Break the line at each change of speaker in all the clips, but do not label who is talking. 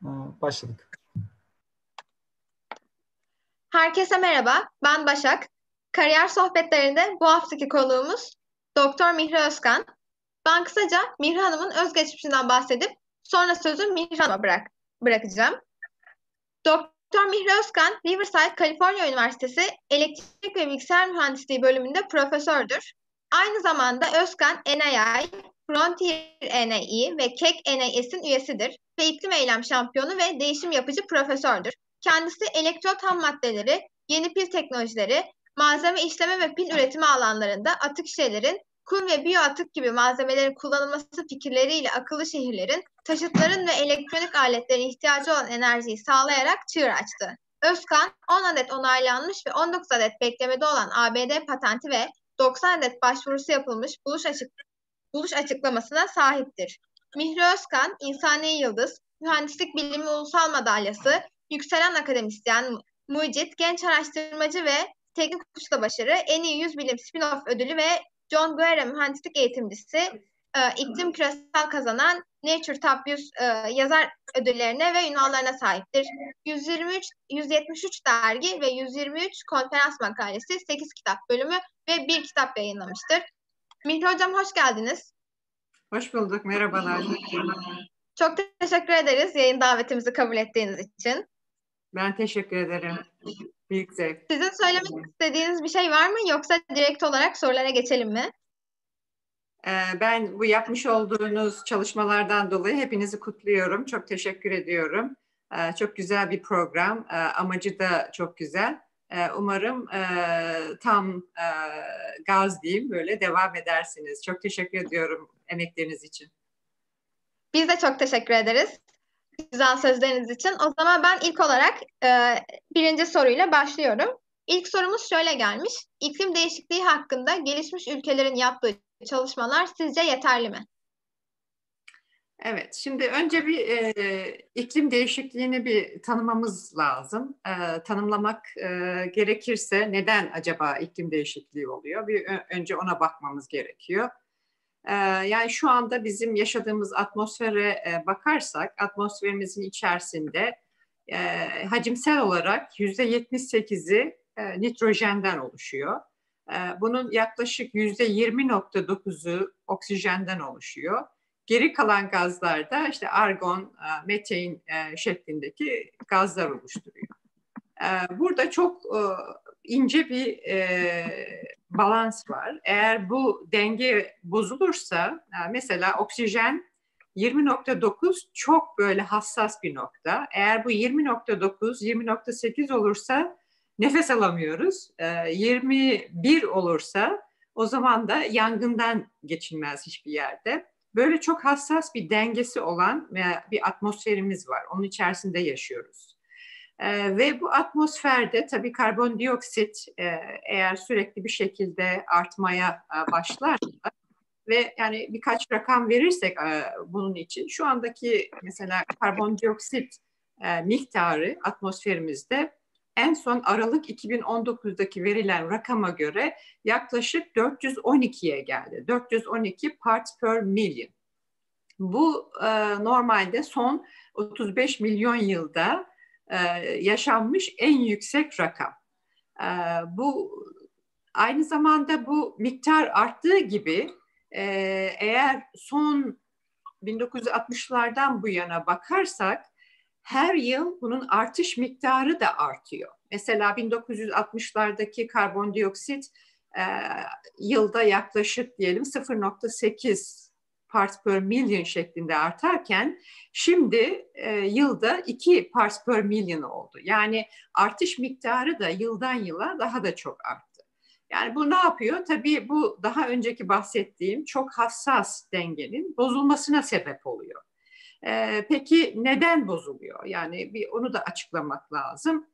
Başladık.
Herkese merhaba, ben Başak. Kariyer sohbetlerinde bu haftaki konuğumuz Doktor Mihri Özkan. Ben kısaca Mihri Hanım'ın özgeçmişinden bahsedip sonra sözü Mihri Hanım'a bırakacağım. Doktor Mihri Özkan, Riverside, Kaliforniya Üniversitesi Elektrik ve Bilgisayar Mühendisliği bölümünde profesördür. Aynı zamanda Özkan, NII, Frontier NII ve KEK NIS'in üyesidir ve iklim eylem şampiyonu ve değişim yapıcı profesördür. Kendisi elektrot ham maddeleri, yeni pil teknolojileri, malzeme işleme ve pil üretimi alanlarında atık şişelerin, kum ve biyo atık gibi malzemelerin kullanılması fikirleriyle akıllı şehirlerin, taşıtların ve elektronik aletlerin ihtiyacı olan enerjiyi sağlayarak çığır açtı. Özkan, 10 adet onaylanmış ve 19 adet beklemede olan ABD patenti ve 90 adet başvurusu yapılmış buluş açıklamasına sahiptir. Mihri Özkan, İnsani Yıldız, Mühendislik Bilimi Ulusal Madalyası, Yükselen Akademisyen, mucit, genç araştırmacı ve teknik uçta başarı, en iyi 100 bilim spin-off ödülü ve John Guerra Mühendislik Eğitimcisi, iklim küresel kazanan Nature Top 100 yazar ödüllerine ve ünvanlarına sahiptir. 173 dergi ve 123 konferans makalesi, 8 kitap bölümü ve 1 kitap yayınlamıştır. Mihri Hocam hoş geldiniz.
Hoş bulduk, merhabalar.
Çok teşekkür ederiz yayın davetimizi kabul ettiğiniz için.
Ben teşekkür ederim. Büyük zevk.
Sizin söylemek istediğiniz bir şey var mı yoksa direkt olarak sorulara geçelim mi?
Ben bu yapmış olduğunuz çalışmalardan dolayı hepinizi kutluyorum. Çok teşekkür ediyorum. Çok güzel bir program. Amacı da çok güzel. Umarım tam gaz diyeyim böyle devam edersiniz. Çok teşekkür ediyorum emekleriniz için.
Biz de çok teşekkür ederiz güzel sözleriniz için. O zaman ben ilk olarak birinci soruyla başlıyorum. İlk sorumuz şöyle gelmiş. İklim değişikliği hakkında gelişmiş ülkelerin yaptığı çalışmalar sizce yeterli mi?
Evet, şimdi önce bir iklim değişikliğini bir tanımamız lazım. Tanımlamak gerekirse neden acaba iklim değişikliği oluyor? Önce ona bakmamız gerekiyor. Yani şu anda bizim yaşadığımız atmosfere bakarsak, atmosferimizin içerisinde hacimsel olarak %78'i nitrojenden oluşuyor. Bunun yaklaşık %20,9'u oksijenden oluşuyor. Geri kalan gazlar da işte argon, metan şeklindeki gazlar oluşturuyor. Burada çok ince bir balans var. Eğer bu denge bozulursa, mesela oksijen 20,9 çok böyle hassas bir nokta. Eğer bu 20,9, 20,8 olursa nefes alamıyoruz. 21 olursa o zaman da yangından geçilmez hiçbir yerde. Böyle çok hassas bir dengesi olan bir atmosferimiz var. Onun içerisinde yaşıyoruz. Ve bu atmosferde tabii karbondioksit eğer sürekli bir şekilde artmaya başlarsa ve yani birkaç rakam verirsek bunun için şu andaki mesela karbondioksit miktarı atmosferimizde en son Aralık 2019'daki verilen rakama göre yaklaşık 412'ye geldi. 412 parts per million. Bu normalde son 35 milyon yılda yaşanmış en yüksek rakam. Bu aynı zamanda bu miktar arttığı gibi eğer son 1960'lardan bu yana bakarsak her yıl bunun artış miktarı da artıyor. Mesela 1960'lardaki karbondioksit yılda yaklaşık diyelim 0,8 parts per million şeklinde artarken şimdi yılda 2 parts per million oldu. Yani artış miktarı da yıldan yıla daha da çok arttı. Yani bu ne yapıyor? Tabii bu daha önceki bahsettiğim çok hassas dengenin bozulmasına sebep oluyor. Peki neden bozuluyor? Yani onu da açıklamak lazım.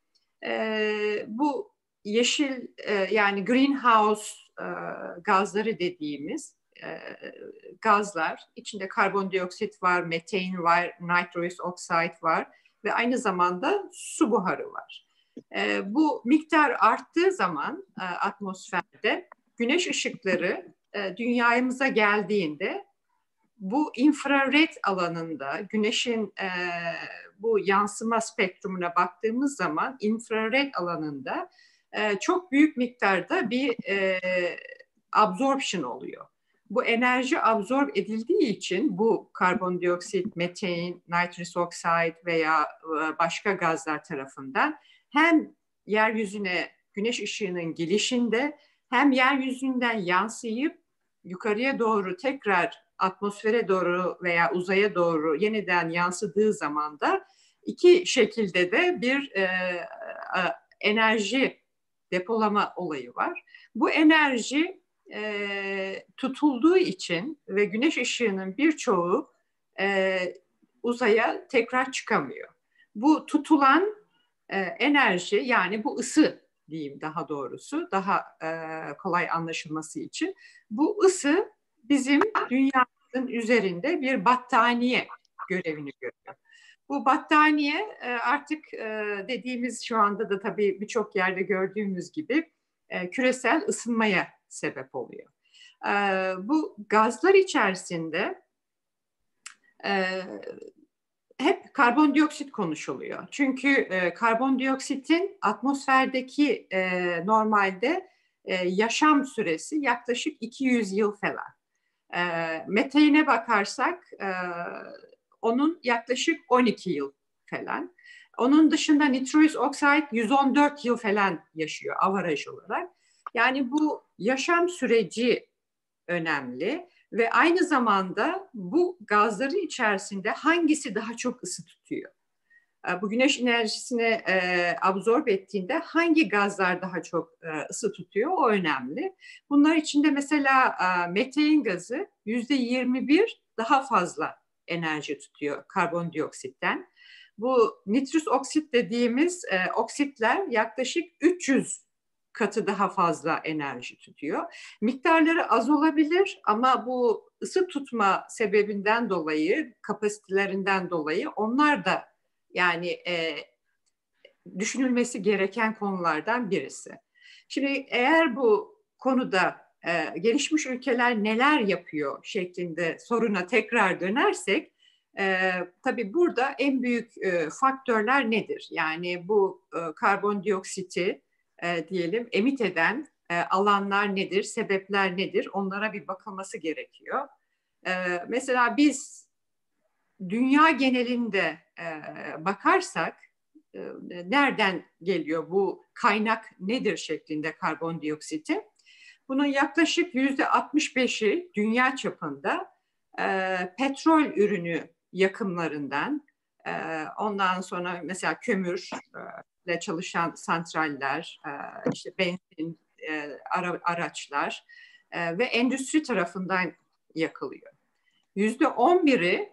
Bu yeşil yani greenhouse gazları dediğimiz gazlar, içinde karbondioksit var, metan var, nitrous oxide var ve aynı zamanda su buharı var. Bu miktar arttığı zaman atmosferde güneş ışıkları dünyamıza geldiğinde bu infrared alanında güneşin bu yansıma spektrumuna baktığımız zaman infrared alanında çok büyük miktarda bir absorption oluyor. Bu enerji absorb edildiği için bu karbondioksit, metan, nitrous oxide veya başka gazlar tarafından hem yeryüzüne güneş ışığının gelişinde hem yeryüzünden yansıyıp yukarıya doğru tekrar atmosfere doğru veya uzaya doğru yeniden yansıdığı zaman da iki şekilde de bir enerji depolama olayı var. Bu enerji tutulduğu için ve güneş ışığının birçoğu uzaya tekrar çıkamıyor. Bu tutulan enerji, yani bu ısı diyeyim daha doğrusu, daha kolay anlaşılması için, bu ısı bizim dünyamızın üzerinde bir battaniye görevini görüyor. Bu battaniye artık dediğimiz, şu anda da tabii birçok yerde gördüğümüz gibi küresel ısınmaya sebep oluyor. Bu gazlar içerisinde hep karbondioksit konuşuluyor. Çünkü karbondioksitin atmosferdeki normalde yaşam süresi yaklaşık 200 yıl falan. Metane bakarsak onun yaklaşık 12 yıl falan. Onun dışında nitrous oxide 114 yıl falan yaşıyor avaraj olarak. Yani bu yaşam süreci önemli ve aynı zamanda bu gazların içerisinde hangisi daha çok ısı tutuyor? Bu güneş enerjisini absorb ettiğinde hangi gazlar daha çok ısı tutuyor, o önemli. Bunlar içinde mesela metan gazı %21 daha fazla enerji tutuyor karbondioksitten. Bu nitrous oksit dediğimiz oksitler yaklaşık 300 katı daha fazla enerji tutuyor. Miktarları az olabilir ama bu ısı tutma sebebinden dolayı, kapasitelerinden dolayı onlar da yani düşünülmesi gereken konulardan birisi. Şimdi eğer bu konuda gelişmiş ülkeler neler yapıyor şeklinde soruna tekrar dönersek, tabii burada en büyük faktörler nedir? Yani bu karbondioksiti diyelim emit eden alanlar nedir, sebepler nedir? Onlara bir bakılması gerekiyor. Mesela biz dünya genelinde bakarsak nereden geliyor bu kaynak nedir şeklinde karbondioksiti? Bunun yaklaşık %65'i dünya çapında petrol ürünü yakımlarından, ondan sonra mesela kömürle çalışan santraller, işte benzin, araçlar ve endüstri tarafından yakılıyor. %11'i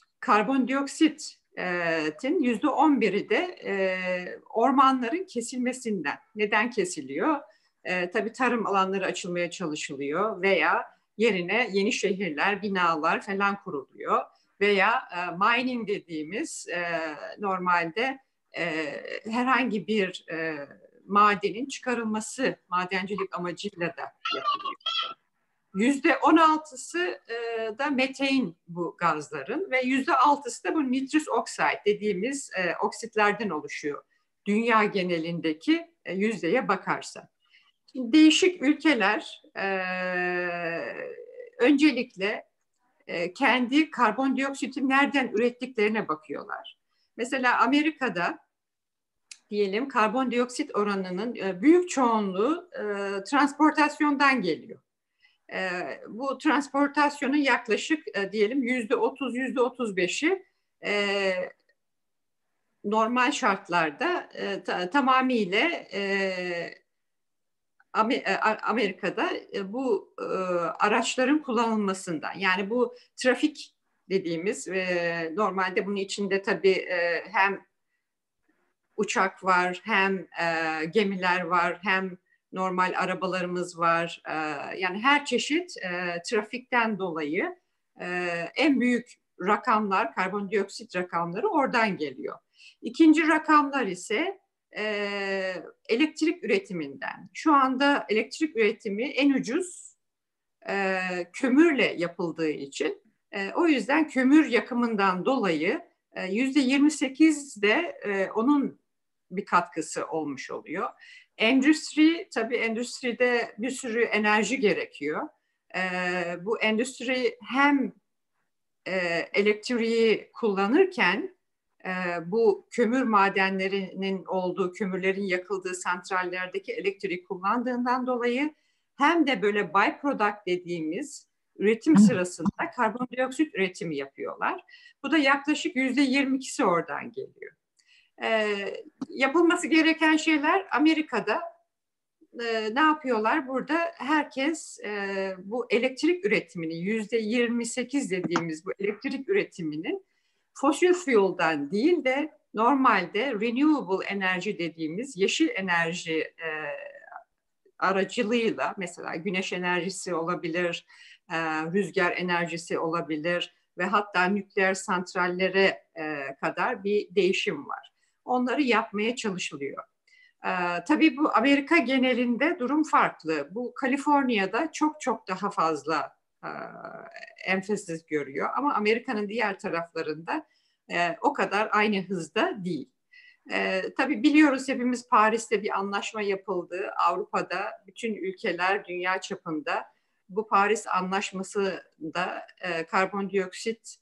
karbondioksitin %11'i de ormanların kesilmesinden. Neden kesiliyor? Tabii tarım alanları açılmaya çalışılıyor veya yerine yeni şehirler, binalar falan kuruluyor. Veya mining dediğimiz normalde herhangi bir madenin çıkarılması, madencilik amacıyla da yapılıyor. %16'sı da metan bu gazların ve %6'sı da bu nitrous oxide dediğimiz oksitlerden oluşuyor. Dünya genelindeki yüzdeye bakarsak. Şimdi değişik ülkeler öncelikle kendi karbondioksiti nereden ürettiklerine bakıyorlar. Mesela Amerika'da diyelim karbondioksit oranının büyük çoğunluğu transportasyondan geliyor. Bu transportasyonun yaklaşık diyelim %30, %35'i normal şartlarda tamamıyla Amerika'da bu araçların kullanılmasından. Yani bu trafik dediğimiz normalde bunun içinde tabii hem uçak var, hem gemiler var, hem normal arabalarımız var. Yani her çeşit trafikten dolayı en büyük rakamlar, karbondioksit rakamları oradan geliyor. İkinci rakamlar ise elektrik üretiminden. Şu anda elektrik üretimi en ucuz kömürle yapıldığı için o yüzden kömür yakımından dolayı %28 de onun bir katkısı olmuş oluyor. Endüstri, tabii endüstride bir sürü enerji gerekiyor. Bu endüstri hem elektriği kullanırken bu kömür madenlerinin olduğu, kömürlerin yakıldığı santrallerdeki elektriği kullandığından dolayı hem de böyle byproduct dediğimiz üretim sırasında karbondioksit üretimi yapıyorlar. Bu da yaklaşık %22'si oradan geliyor. Yapılması gereken şeyler Amerika'da ne yapıyorlar? Burada herkes bu elektrik üretimini %28 dediğimiz bu elektrik üretiminin fossil fuel'dan değil de normalde renewable enerji dediğimiz yeşil enerji aracılığıyla mesela güneş enerjisi olabilir, rüzgar enerjisi olabilir ve hatta nükleer santrallere kadar bir değişim var. Onları yapmaya çalışılıyor. Tabii bu Amerika genelinde durum farklı. Bu Kaliforniya'da çok çok daha fazla emphasis görüyor ama Amerika'nın diğer taraflarında o kadar aynı hızda değil. Tabii biliyoruz hepimiz Paris'te bir anlaşma yapıldı. Avrupa'da bütün ülkeler dünya çapında bu Paris Anlaşması'nda karbondioksit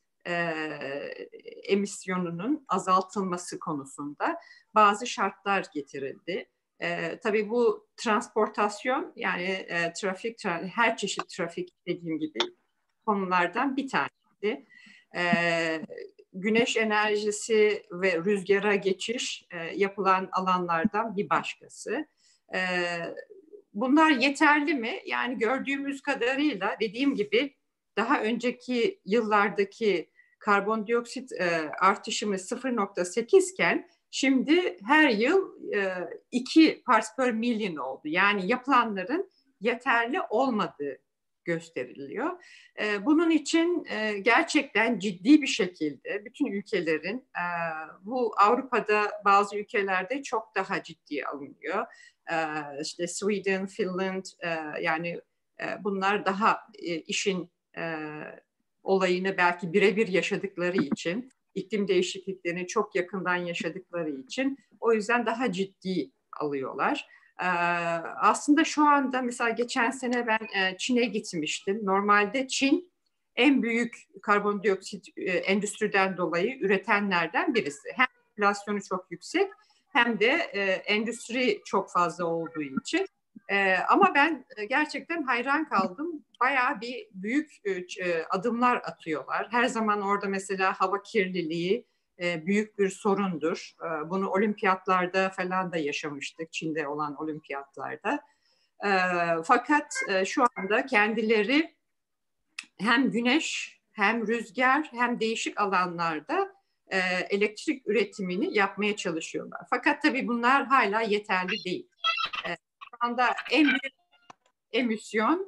emisyonunun azaltılması konusunda bazı şartlar getirildi. Tabii bu transportasyon yani trafik, her çeşit trafik dediğim gibi konulardan bir tanesi. Güneş enerjisi ve rüzgara geçiş yapılan alanlardan bir başkası. Bunlar yeterli mi? Yani gördüğümüz kadarıyla dediğim gibi daha önceki yıllardaki karbondioksit artışımız 0,8 iken şimdi her yıl 2 parts per million oldu. Yani yapılanların yeterli olmadığı gösteriliyor. Bunun için gerçekten ciddi bir şekilde bütün ülkelerin bu Avrupa'da bazı ülkelerde çok daha ciddiye alınıyor. İşte Sweden, Finland yani bunlar daha işin olayını belki birebir yaşadıkları için, iklim değişikliklerini çok yakından yaşadıkları için o yüzden daha ciddi alıyorlar. Aslında şu anda mesela geçen sene ben Çin'e gitmiştim. Normalde Çin en büyük karbondioksit endüstriden dolayı üretenlerden birisi. Hem enflasyonu çok yüksek hem de endüstri çok fazla olduğu için. Ama ben gerçekten hayran kaldım. Bayağı bir büyük adımlar atıyorlar. Her zaman orada mesela hava kirliliği büyük bir sorundur. Bunu olimpiyatlarda falan da yaşamıştık, Çin'de olan olimpiyatlarda. Fakat şu anda kendileri hem güneş hem rüzgar hem değişik alanlarda elektrik üretimini yapmaya çalışıyorlar. Fakat tabii bunlar hala yeterli değil. Şu anda en büyük emisyon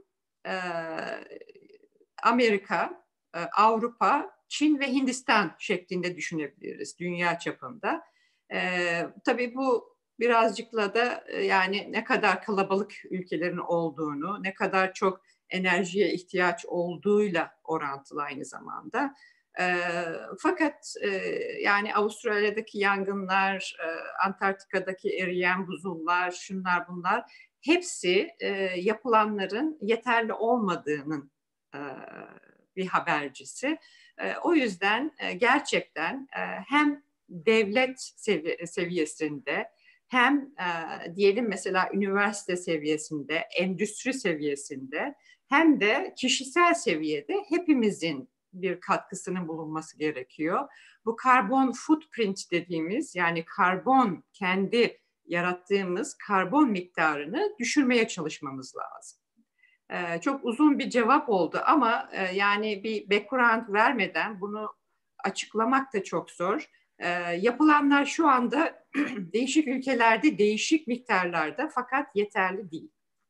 Amerika, Avrupa, Çin ve Hindistan şeklinde düşünebiliriz dünya çapında. Tabii bu birazcıkla da yani ne kadar kalabalık ülkelerin olduğunu, ne kadar çok enerjiye ihtiyaç olduğuyla orantılı aynı zamanda. Fakat yani Avustralya'daki yangınlar, Antarktika'daki eriyen buzullar, şunlar bunlar hepsi yapılanların yeterli olmadığının bir habercisi. O yüzden gerçekten hem devlet seviyesinde hem diyelim mesela üniversite seviyesinde, endüstri seviyesinde hem de kişisel seviyede hepimizin bir katkısının bulunması gerekiyor. Bu karbon footprint dediğimiz yani karbon kendi yarattığımız karbon miktarını düşürmeye çalışmamız lazım. Çok uzun bir cevap oldu ama yani bir background vermeden bunu açıklamak da çok zor. Yapılanlar şu anda değişik ülkelerde değişik miktarlarda fakat yeterli değil.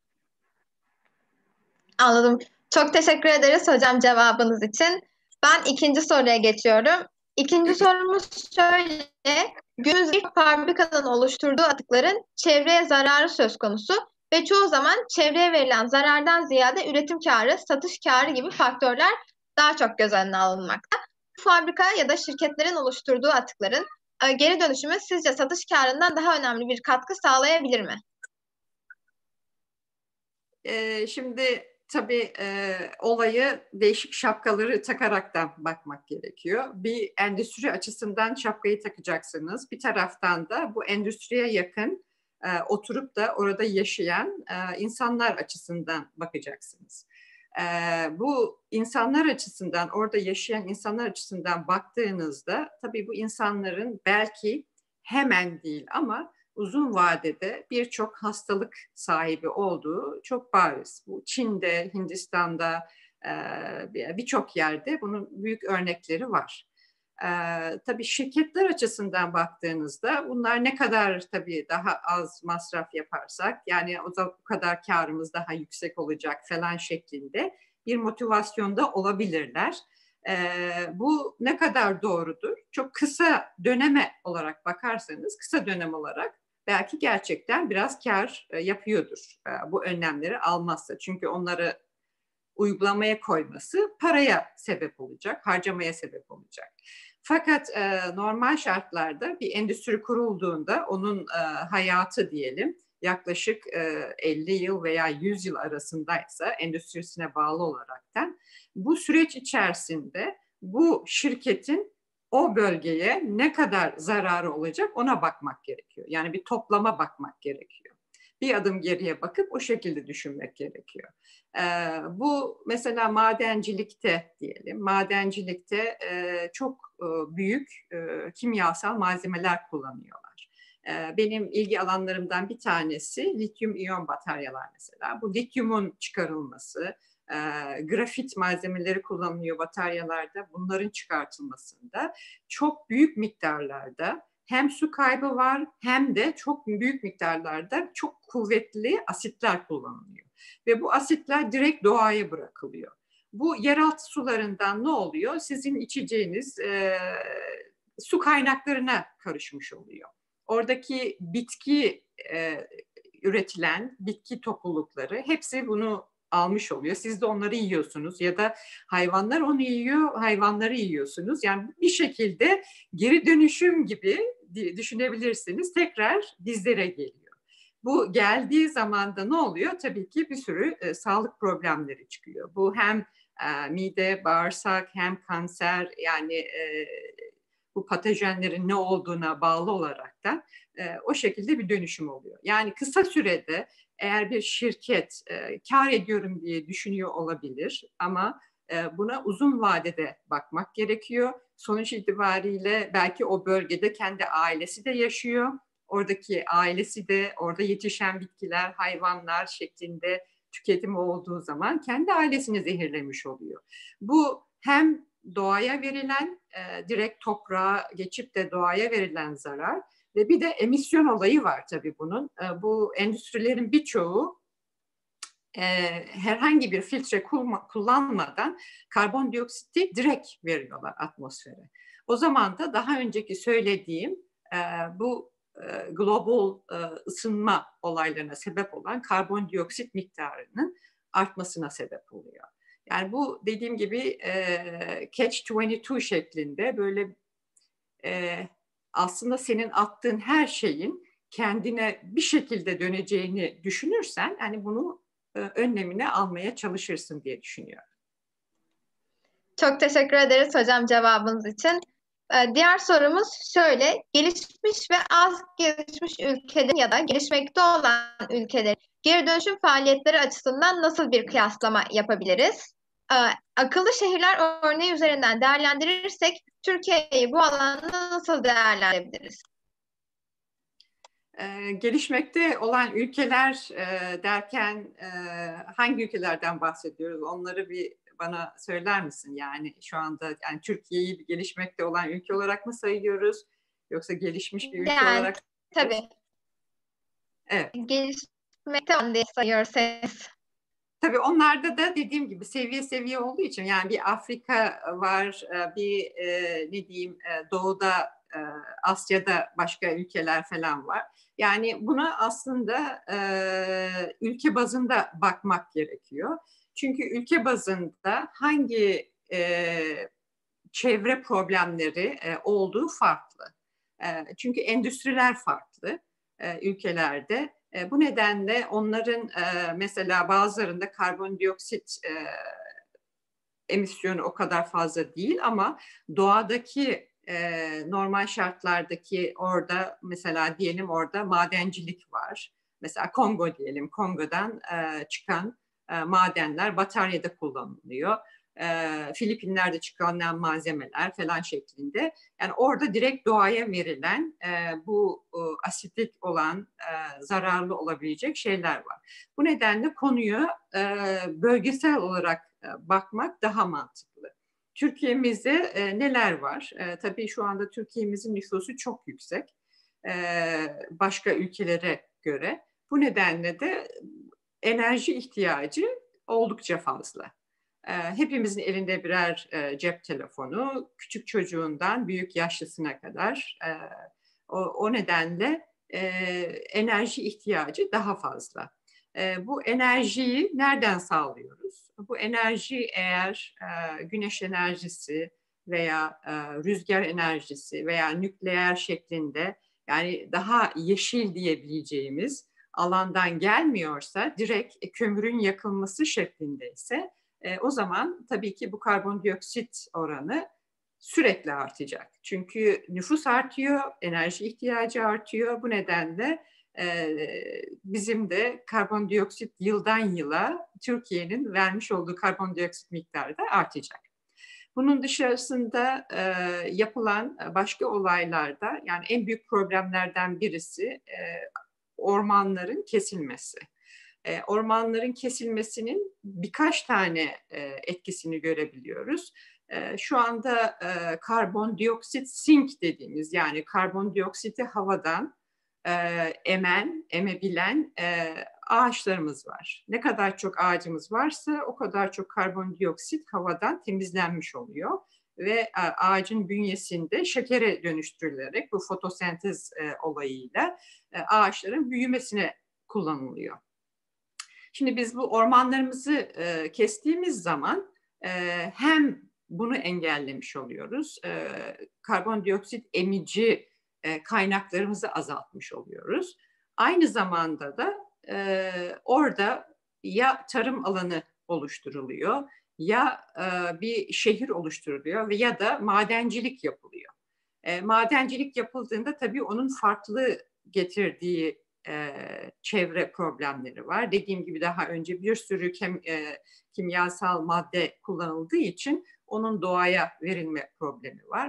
Anladım. Çok teşekkür ederiz hocam cevabınız için. Ben ikinci soruya geçiyorum. İkinci sorumuz şöyle. Günümüzde fabrikanın oluşturduğu atıkların çevreye zararı söz konusu ve çoğu zaman çevreye verilen zarardan ziyade üretim karı, satış karı gibi faktörler daha çok göz önüne alınmakta. fabrika ya da şirketlerin oluşturduğu atıkların geri dönüşümü sizce satış karından daha önemli bir katkı sağlayabilir mi?
Şimdi tabii olayı değişik şapkaları takaraktan bakmak gerekiyor. Bir endüstri açısından şapkayı takacaksınız. Bir taraftan da bu endüstriye yakın oturup da orada yaşayan insanlar açısından bakacaksınız. Bu insanlar açısından, orada yaşayan insanlar açısından baktığınızda tabii bu insanların belki hemen değil ama uzun vadede birçok hastalık sahibi olduğu çok bariz. Bu Çin'de, Hindistan'da, birçok yerde bunun büyük örnekleri var. Tabii şirketler açısından baktığınızda bunlar ne kadar tabii daha az masraf yaparsak yani o kadar karımız daha yüksek olacak falan şeklinde bir motivasyonda olabilirler. Bu ne kadar doğrudur? Çok kısa döneme olarak bakarsanız, kısa dönem olarak belki gerçekten biraz kar yapıyordur bu önlemleri almazsa. Çünkü onları uygulamaya koyması paraya sebep olacak, harcamaya sebep olacak. Fakat normal şartlarda bir endüstri kurulduğunda onun hayatı diyelim yaklaşık 50 yıl veya 100 yıl arasındaysa endüstrisine bağlı olaraktan bu süreç içerisinde bu şirketin o bölgeye ne kadar zararı olacak ona bakmak gerekiyor. Yani bir toplama bakmak gerekiyor. Bir adım geriye bakıp o şekilde düşünmek gerekiyor. Bu mesela madencilikte diyelim. Madencilikte çok büyük kimyasal malzemeler kullanıyorlar. Benim ilgi alanlarımdan bir tanesi lityum iyon bataryalar mesela. Bu lityumun çıkarılması, grafit malzemeleri kullanılıyor bataryalarda. Bunların çıkartılmasında çok büyük miktarlarda hem su kaybı var hem de çok büyük miktarlarda çok kuvvetli asitler kullanılıyor. Ve bu asitler direkt doğaya bırakılıyor. Bu yeraltı sularından ne oluyor? Sizin içeceğiniz su kaynaklarına karışmış oluyor. Oradaki bitki üretilen bitki toplulukları hepsi bunu almış oluyor. Siz de onları yiyorsunuz ya da hayvanlar onu yiyor, hayvanları yiyorsunuz. Yani bir şekilde geri dönüşüm gibi düşünebilirsiniz. Tekrar bizlere geliyor. Bu geldiği zaman da ne oluyor? Tabii ki bir sürü sağlık problemleri çıkıyor. Bu hem mide, bağırsak hem kanser yani bu patojenlerin ne olduğuna bağlı olarak da o şekilde bir dönüşüm oluyor. Yani kısa sürede eğer bir şirket kar ediyorum diye düşünüyor olabilir ama buna uzun vadede bakmak gerekiyor. Sonuç itibariyle belki o bölgede kendi ailesi de yaşıyor. Oradaki ailesi de orada yetişen bitkiler, hayvanlar şeklinde tüketimi olduğu zaman kendi ailesini zehirlemiş oluyor. Bu hem doğaya verilen, direkt toprağa geçip de doğaya verilen zarar ve bir de emisyon olayı var tabii bunun. Bu endüstrilerin birçoğu herhangi bir filtre kullanmadan karbondioksiti direkt veriyorlar atmosfere. O zaman da daha önceki söylediğim bu global ısınma olaylarına sebep olan karbondioksit miktarının artmasına sebep oluyor. Yani bu dediğim gibi catch-22 şeklinde böyle aslında senin attığın her şeyin kendine bir şekilde döneceğini düşünürsen hani bunu önlemini almaya çalışırsın diye düşünüyorum.
Çok teşekkür ederiz hocam cevabınız için. Diğer sorumuz şöyle. Gelişmiş ve az gelişmiş ülkelerin ya da gelişmekte olan ülkelerin geri dönüşüm faaliyetleri açısından nasıl bir kıyaslama yapabiliriz? Akıllı şehirler örneği üzerinden değerlendirirsek Türkiye'yi bu alanda nasıl değerlendirebiliriz?
Gelişmekte olan ülkeler derken hangi ülkelerden bahsediyoruz? Onları bir bana söyler misin? Yani şu anda yani Türkiye'yi bir gelişmekte olan ülke olarak mı sayıyoruz? Yoksa gelişmiş bir ülke
Yani
olarak mı sayıyoruz?
tabii
Evet.
gelişmekte olan diye sayıyoruz.
Tabii onlarda da dediğim gibi seviye seviye olduğu için yani bir Afrika var, bir ne diyeyim Doğu'da, Asya'da başka ülkeler falan var. Yani buna aslında ülke bazında bakmak gerekiyor. Çünkü ülke bazında hangi çevre problemleri olduğu farklı. Çünkü endüstriler farklı ülkelerde. Bu nedenle onların mesela bazılarında karbondioksit emisyonu o kadar fazla değil ama doğadaki normal şartlardaki orada mesela diyelim orada madencilik var. Mesela Kongo diyelim, Kongo'dan çıkan madenler bataryada kullanılıyor. Filipinler'de çıkan malzemeler falan şeklinde. Yani orada direkt doğaya verilen bu asitik olan zararlı olabilecek şeyler var. Bu nedenle konuyu bölgesel olarak bakmak daha mantıklı. Türkiye'mizde neler var? Tabii şu anda Türkiye'mizin nüfusu çok yüksek başka ülkelere göre. Bu nedenle de enerji ihtiyacı oldukça fazla. Hepimizin elinde birer cep telefonu, küçük çocuğundan büyük yaşlısına kadar. O nedenle enerji ihtiyacı daha fazla. Bu enerjiyi nereden sağlıyoruz? Bu enerji eğer güneş enerjisi veya rüzgar enerjisi veya nükleer şeklinde yani daha yeşil diyebileceğimiz alandan gelmiyorsa direkt kömürün yakılması şeklindeyse o zaman tabii ki bu karbondioksit oranı sürekli artacak. Çünkü nüfus artıyor, enerji ihtiyacı artıyor. Bu nedenle bizim de karbondioksit yıldan yıla Türkiye'nin vermiş olduğu karbondioksit miktarı da artacak. Bunun dışarısında yapılan başka olaylarda yani en büyük problemlerden birisi ormanların kesilmesi. Ormanların kesilmesinin birkaç tane etkisini görebiliyoruz. Şu anda karbondioksit sink dediğimiz yani karbondioksiti havadan emebilen ağaçlarımız var. Ne kadar çok ağacımız varsa o kadar çok karbondioksit havadan temizlenmiş oluyor ve ağacın bünyesinde şekere dönüştürülerek bu fotosentez olayıyla ağaçların büyümesine kullanılıyor. Şimdi biz bu ormanlarımızı kestiğimiz zaman hem bunu engellemiş oluyoruz, karbondioksit emici kaynaklarımızı azaltmış oluyoruz. Aynı zamanda da orada ya tarım alanı oluşturuluyor ya bir şehir oluşturuluyor ve ya da madencilik yapılıyor. Madencilik yapıldığında tabii onun farklı getirdiği çevre problemleri var. Dediğim gibi daha önce bir sürü kimyasal madde kullanıldığı için onun doğaya verilme problemi var.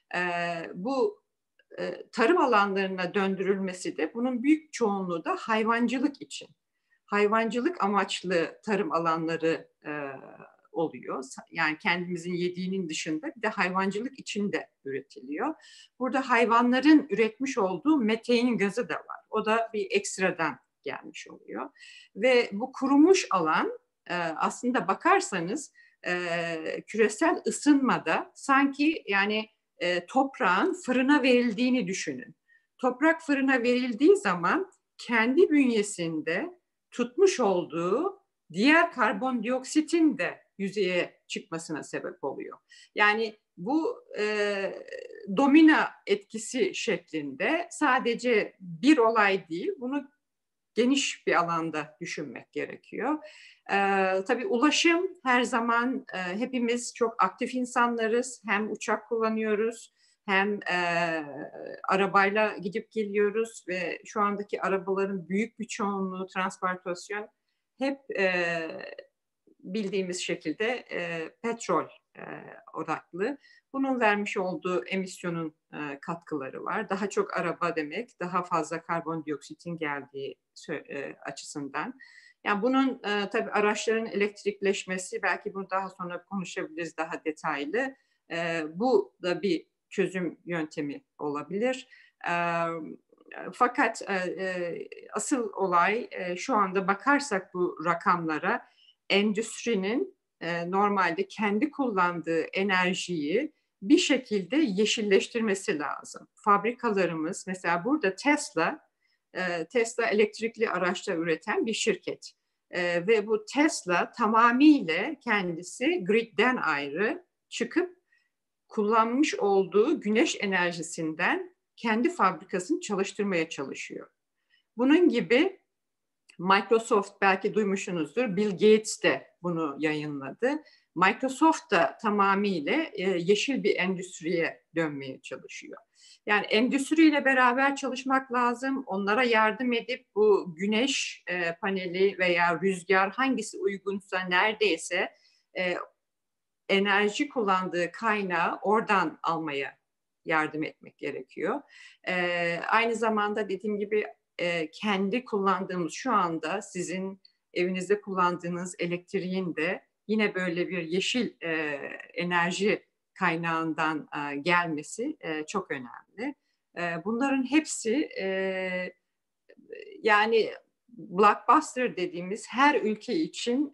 Bu tarım alanlarına döndürülmesi de bunun büyük çoğunluğu da hayvancılık için. Hayvancılık amaçlı tarım alanları oluyor. Yani kendimizin yediğinin dışında bir de hayvancılık için de üretiliyor. Burada hayvanların üretmiş olduğu metein gazı da var. O da bir ekstradan gelmiş oluyor. Ve bu kurumuş alan aslında bakarsanız küresel ısınmada sanki yani toprağın fırına verildiğini düşünün. Toprak fırına verildiği zaman kendi bünyesinde tutmuş olduğu diğer karbondioksitin de yüzeye çıkmasına sebep oluyor. Yani bu domino etkisi şeklinde sadece bir olay değil, bunu geniş bir alanda düşünmek gerekiyor. Tabii ulaşım her zaman hepimiz çok aktif insanlarız. Hem uçak kullanıyoruz hem arabayla gidip geliyoruz ve şu andaki arabaların büyük bir çoğunluğu transportasyon hep bildiğimiz şekilde petrol odaklı. Bunun vermiş olduğu emisyonun katkıları var. Daha çok araba demek, daha fazla karbondioksitin geldiği açısından. Yani bunun tabii araçların elektrikleşmesi, belki bunu daha sonra konuşabiliriz daha detaylı. Bu da bir çözüm yöntemi olabilir. Fakat asıl olay şu anda bakarsak bu rakamlara, endüstrinin normalde kendi kullandığı enerjiyi bir şekilde yeşilleştirmesi lazım. Fabrikalarımız, mesela burada Tesla elektrikli araçlar üreten bir şirket. Ve bu Tesla tamamıyla kendisi gridden ayrı çıkıp kullanmış olduğu güneş enerjisinden kendi fabrikasını çalıştırmaya çalışıyor. Bunun gibi Microsoft, belki duymuşsunuzdur, Bill Gates de bunu yayınladı. Microsoft da tamamıyla yeşil bir endüstriye dönmeye çalışıyor. Yani endüstriyle beraber çalışmak lazım. Onlara yardım edip bu güneş paneli veya rüzgar hangisi uygunsa, neredeyse enerji kullandığı kaynağı oradan almaya yardım etmek gerekiyor. Aynı zamanda dediğim gibi kendi kullandığımız, şu anda sizin evinizde kullandığınız elektriğin de yine böyle bir yeşil enerji kaynağından gelmesi çok önemli. Bunların hepsi yani blockbuster dediğimiz her ülke için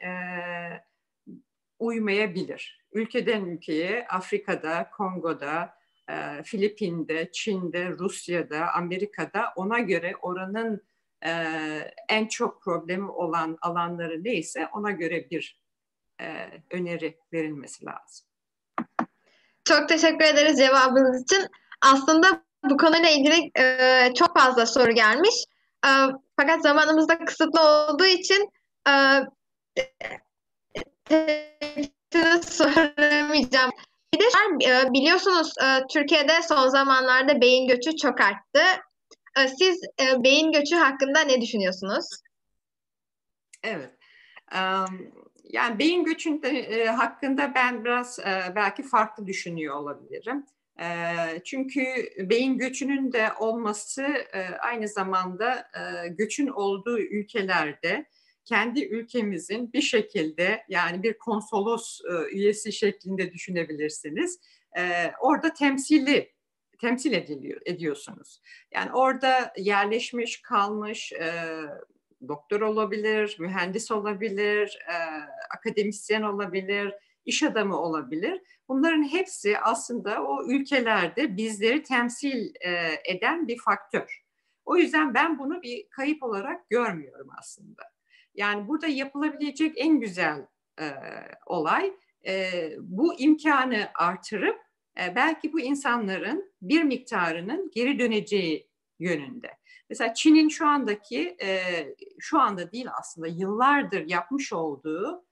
uymayabilir. Ülkeden ülkeye, Afrika'da, Kongo'da, Filipin'de, Çin'de, Rusya'da, Amerika'da ona göre oranın en çok problemi olan alanları neyse ona göre bir öneri verilmesi lazım.
Çok teşekkür ederiz cevabınız için. Aslında bu konuyla ilgili çok fazla soru gelmiş. Fakat zamanımız da kısıtlı olduğu için hepsini soramayacağım. Bir de biliyorsunuz Türkiye'de son zamanlarda beyin göçü çok arttı. Siz beyin göçü hakkında ne düşünüyorsunuz?
Evet. Yani beyin göçünde hakkında ben biraz belki farklı düşünüyor olabilirim. Çünkü beyin göçünün de olması aynı zamanda göçün olduğu ülkelerde kendi ülkemizin bir şekilde, yani bir konsolos üyesi şeklinde düşünebilirsiniz. Orada temsil ediyorsunuz. Yani orada yerleşmiş, kalmış doktor olabilir, mühendis olabilir, akademisyen olabilir, iş adamı olabilir. Bunların hepsi aslında o ülkelerde bizleri temsil eden bir faktör. O yüzden ben bunu bir kayıp olarak görmüyorum aslında. Yani burada yapılabilecek en güzel olay bu imkanı artırıp belki bu insanların bir miktarının geri döneceği yönünde. Mesela Çin'in şu anda değil aslında yıllardır yapmış olduğu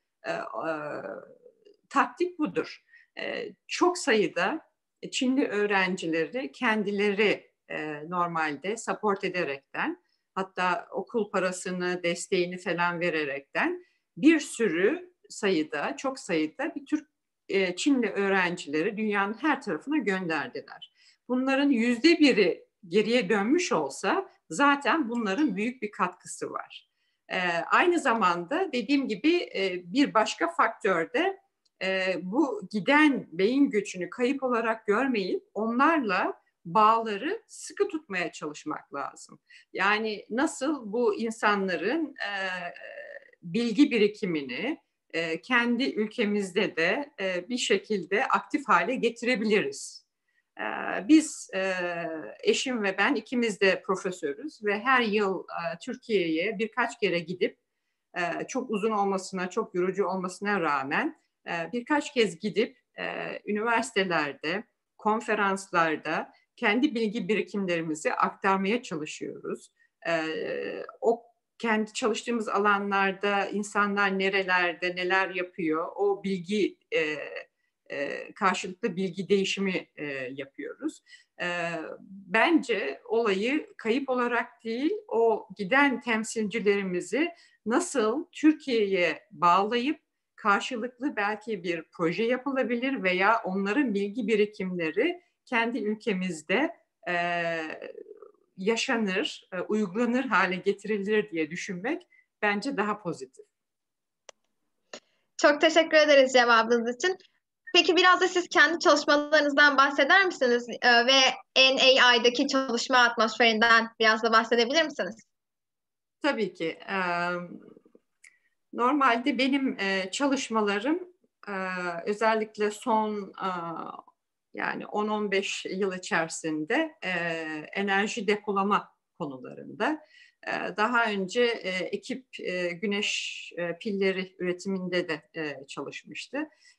taktik budur. Çok sayıda Çinli öğrencileri kendileri normalde support ederekten, hatta okul parasını, desteğini falan vererekten bir sürü sayıda, çok sayıda bir Türk Çinli öğrencileri dünyanın her tarafına gönderdiler. Bunların %1'i geriye dönmüş olsa zaten bunların büyük bir katkısı var. Aynı zamanda dediğim gibi bir başka faktör de bu giden beyin göçünü kayıp olarak görmeyip onlarla bağları sıkı tutmaya çalışmak lazım. Yani nasıl bu insanların bilgi birikimini kendi ülkemizde de bir şekilde aktif hale getirebiliriz. Biz, eşim ve ben ikimiz de profesörüz ve her yıl Türkiye'ye birkaç kere gidip çok uzun olmasına, çok yorucu olmasına rağmen birkaç kez gidip üniversitelerde, konferanslarda kendi bilgi birikimlerimizi aktarmaya çalışıyoruz. O kendi çalıştığımız alanlarda insanlar nerelerde, neler yapıyor, o bilgi karşılıklı bilgi değişimi yapıyoruz. Bence olayı kayıp olarak değil, o giden temsilcilerimizi nasıl Türkiye'ye bağlayıp karşılıklı belki bir proje yapılabilir veya onların bilgi birikimleri kendi ülkemizde yaşanır, uygulanır hale getirilir diye düşünmek bence daha pozitif.
Çok teşekkür ederiz cevabınız için. Peki biraz da siz kendi çalışmalarınızdan bahseder misiniz? Ve NAI'daki çalışma atmosferinden biraz da bahsedebilir misiniz?
Tabii ki. Normalde benim çalışmalarım özellikle son yani 10-15 yıl içerisinde enerji depolama konularında. Daha önce ekip güneş pilleri üretiminde de çalışmıştı.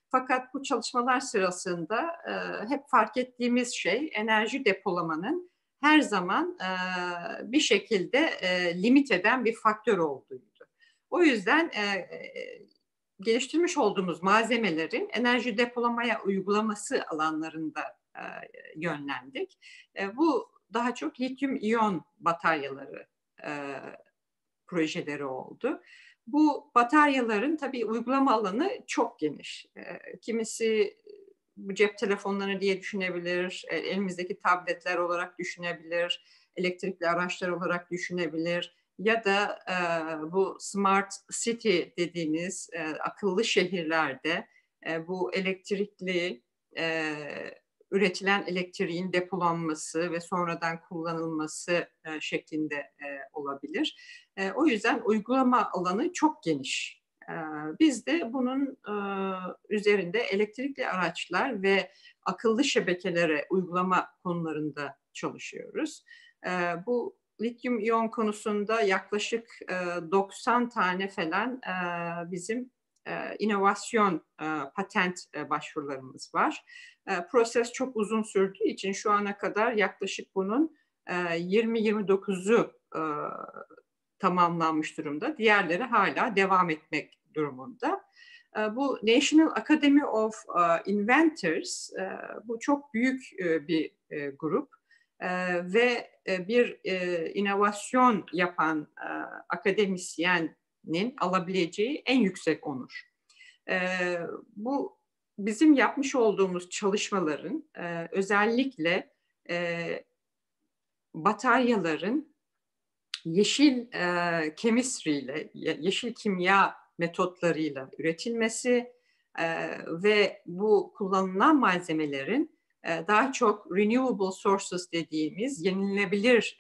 Fakat bu çalışmalar sırasında hep fark ettiğimiz şey enerji depolamanın her zaman bir şekilde limit eden bir faktör olduğuydu. O yüzden geliştirmiş olduğumuz malzemelerin enerji depolamaya uygulaması alanlarında yönlendik. Bu daha çok lityum iyon bataryaları projeleri oldu. Bu bataryaların tabii uygulama alanı çok geniş. Kimisi bu cep telefonları diye düşünebilir, elimizdeki tabletler olarak düşünebilir, elektrikli araçlar olarak düşünebilir ya da bu smart city dediğiniz akıllı şehirlerde bu elektrikli üretilen elektriğin depolanması ve sonradan kullanılması şeklinde olabilir. O yüzden uygulama alanı çok geniş. Biz de bunun üzerinde elektrikli araçlar ve akıllı şebekelere uygulama konularında çalışıyoruz. Bu lityum iyon konusunda yaklaşık 90 tane falan bizim inovasyon patent başvurularımız var. Proses çok uzun sürdüğü için şu ana kadar yaklaşık bunun 20-29'u tamamlanmış durumda. Diğerleri hala devam etmek durumunda. Bu National Academy of Inventors, bu çok büyük bir grup ve bir inovasyon yapan akademisyenin alabileceği en yüksek onur. Bu bizim yapmış olduğumuz çalışmaların özellikle bataryaların yeşil chemistry'yle, yeşil kimya metotlarıyla üretilmesi ve bu kullanılan malzemelerin daha çok renewable sources dediğimiz yenilenebilir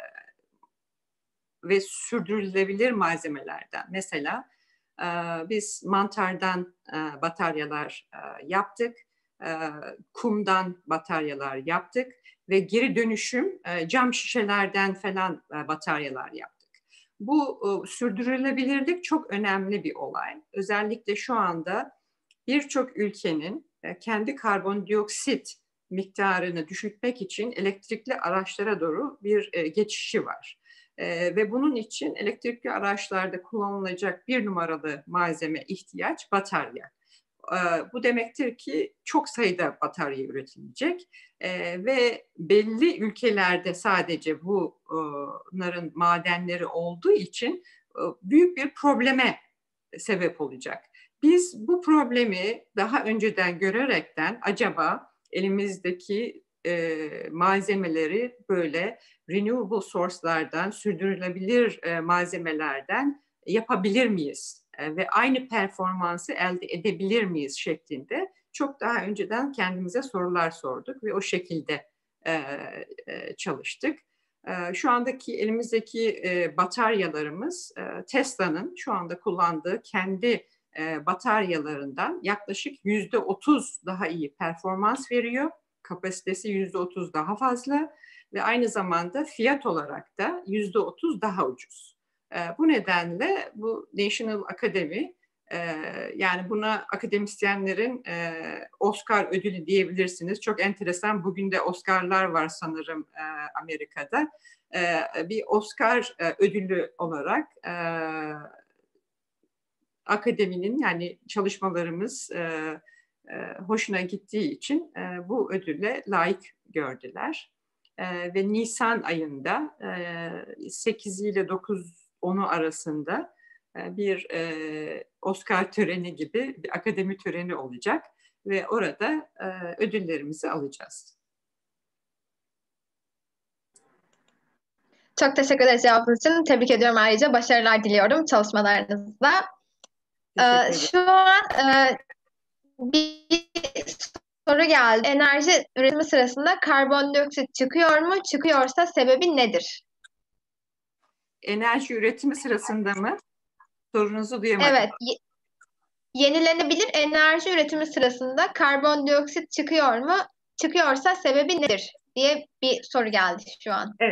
ve sürdürülebilir malzemelerden. Mesela biz mantardan bataryalar yaptık, kumdan bataryalar yaptık ve geri dönüşüm cam şişelerden falan bataryalar yaptık. Bu sürdürülebilirlik çok önemli bir olay. Özellikle şu anda birçok ülkenin kendi karbondioksit miktarını düşürtmek için elektrikli araçlara doğru bir geçişi var. Ve bunun için elektrikli araçlarda kullanılacak bir numaralı malzeme ihtiyaç batarya. Bu demektir ki çok sayıda batarya üretilecek ve belli ülkelerde sadece bunların madenleri olduğu için büyük bir probleme sebep olacak. Biz bu problemi daha önceden görerekten acaba elimizdeki malzemeleri böyle renewable source'lardan, sürdürülebilir malzemelerden yapabilir miyiz? Ve aynı performansı elde edebilir miyiz şeklinde çok daha önceden kendimize sorular sorduk ve o şekilde çalıştık. Şu andaki elimizdeki bataryalarımız Tesla'nın şu anda kullandığı kendi bataryalarından yaklaşık %30 daha iyi performans veriyor. Kapasitesi %30 daha fazla ve aynı zamanda fiyat olarak da %30 daha ucuz. Bu nedenle bu National Academy, yani buna akademisyenlerin Oscar ödülü diyebilirsiniz. Çok enteresan, bugün de Oscar'lar var sanırım Amerika'da. Bir Oscar ödülü olarak akademinin, yani çalışmalarımız hoşuna gittiği için bu ödülle layık gördüler. Ve Nisan ayında 8 ile 9-10'u arasında bir Oscar töreni gibi bir akademi töreni olacak ve orada ödüllerimizi alacağız.
Çok teşekkür ederiz cevabınız için. Tebrik ediyorum, ayrıca başarılar diliyorum çalışmalarınızda. Şu an bir soru geldi. Enerji üretimi sırasında karbondioksit çıkıyor mu? Çıkıyorsa sebebi nedir?
Enerji üretimi sırasında mı? Sorunuzu duyamadım.
Evet. Yenilenebilir enerji üretimi sırasında karbondioksit çıkıyor mu? Çıkıyorsa sebebi nedir diye bir soru geldi şu an.
Evet.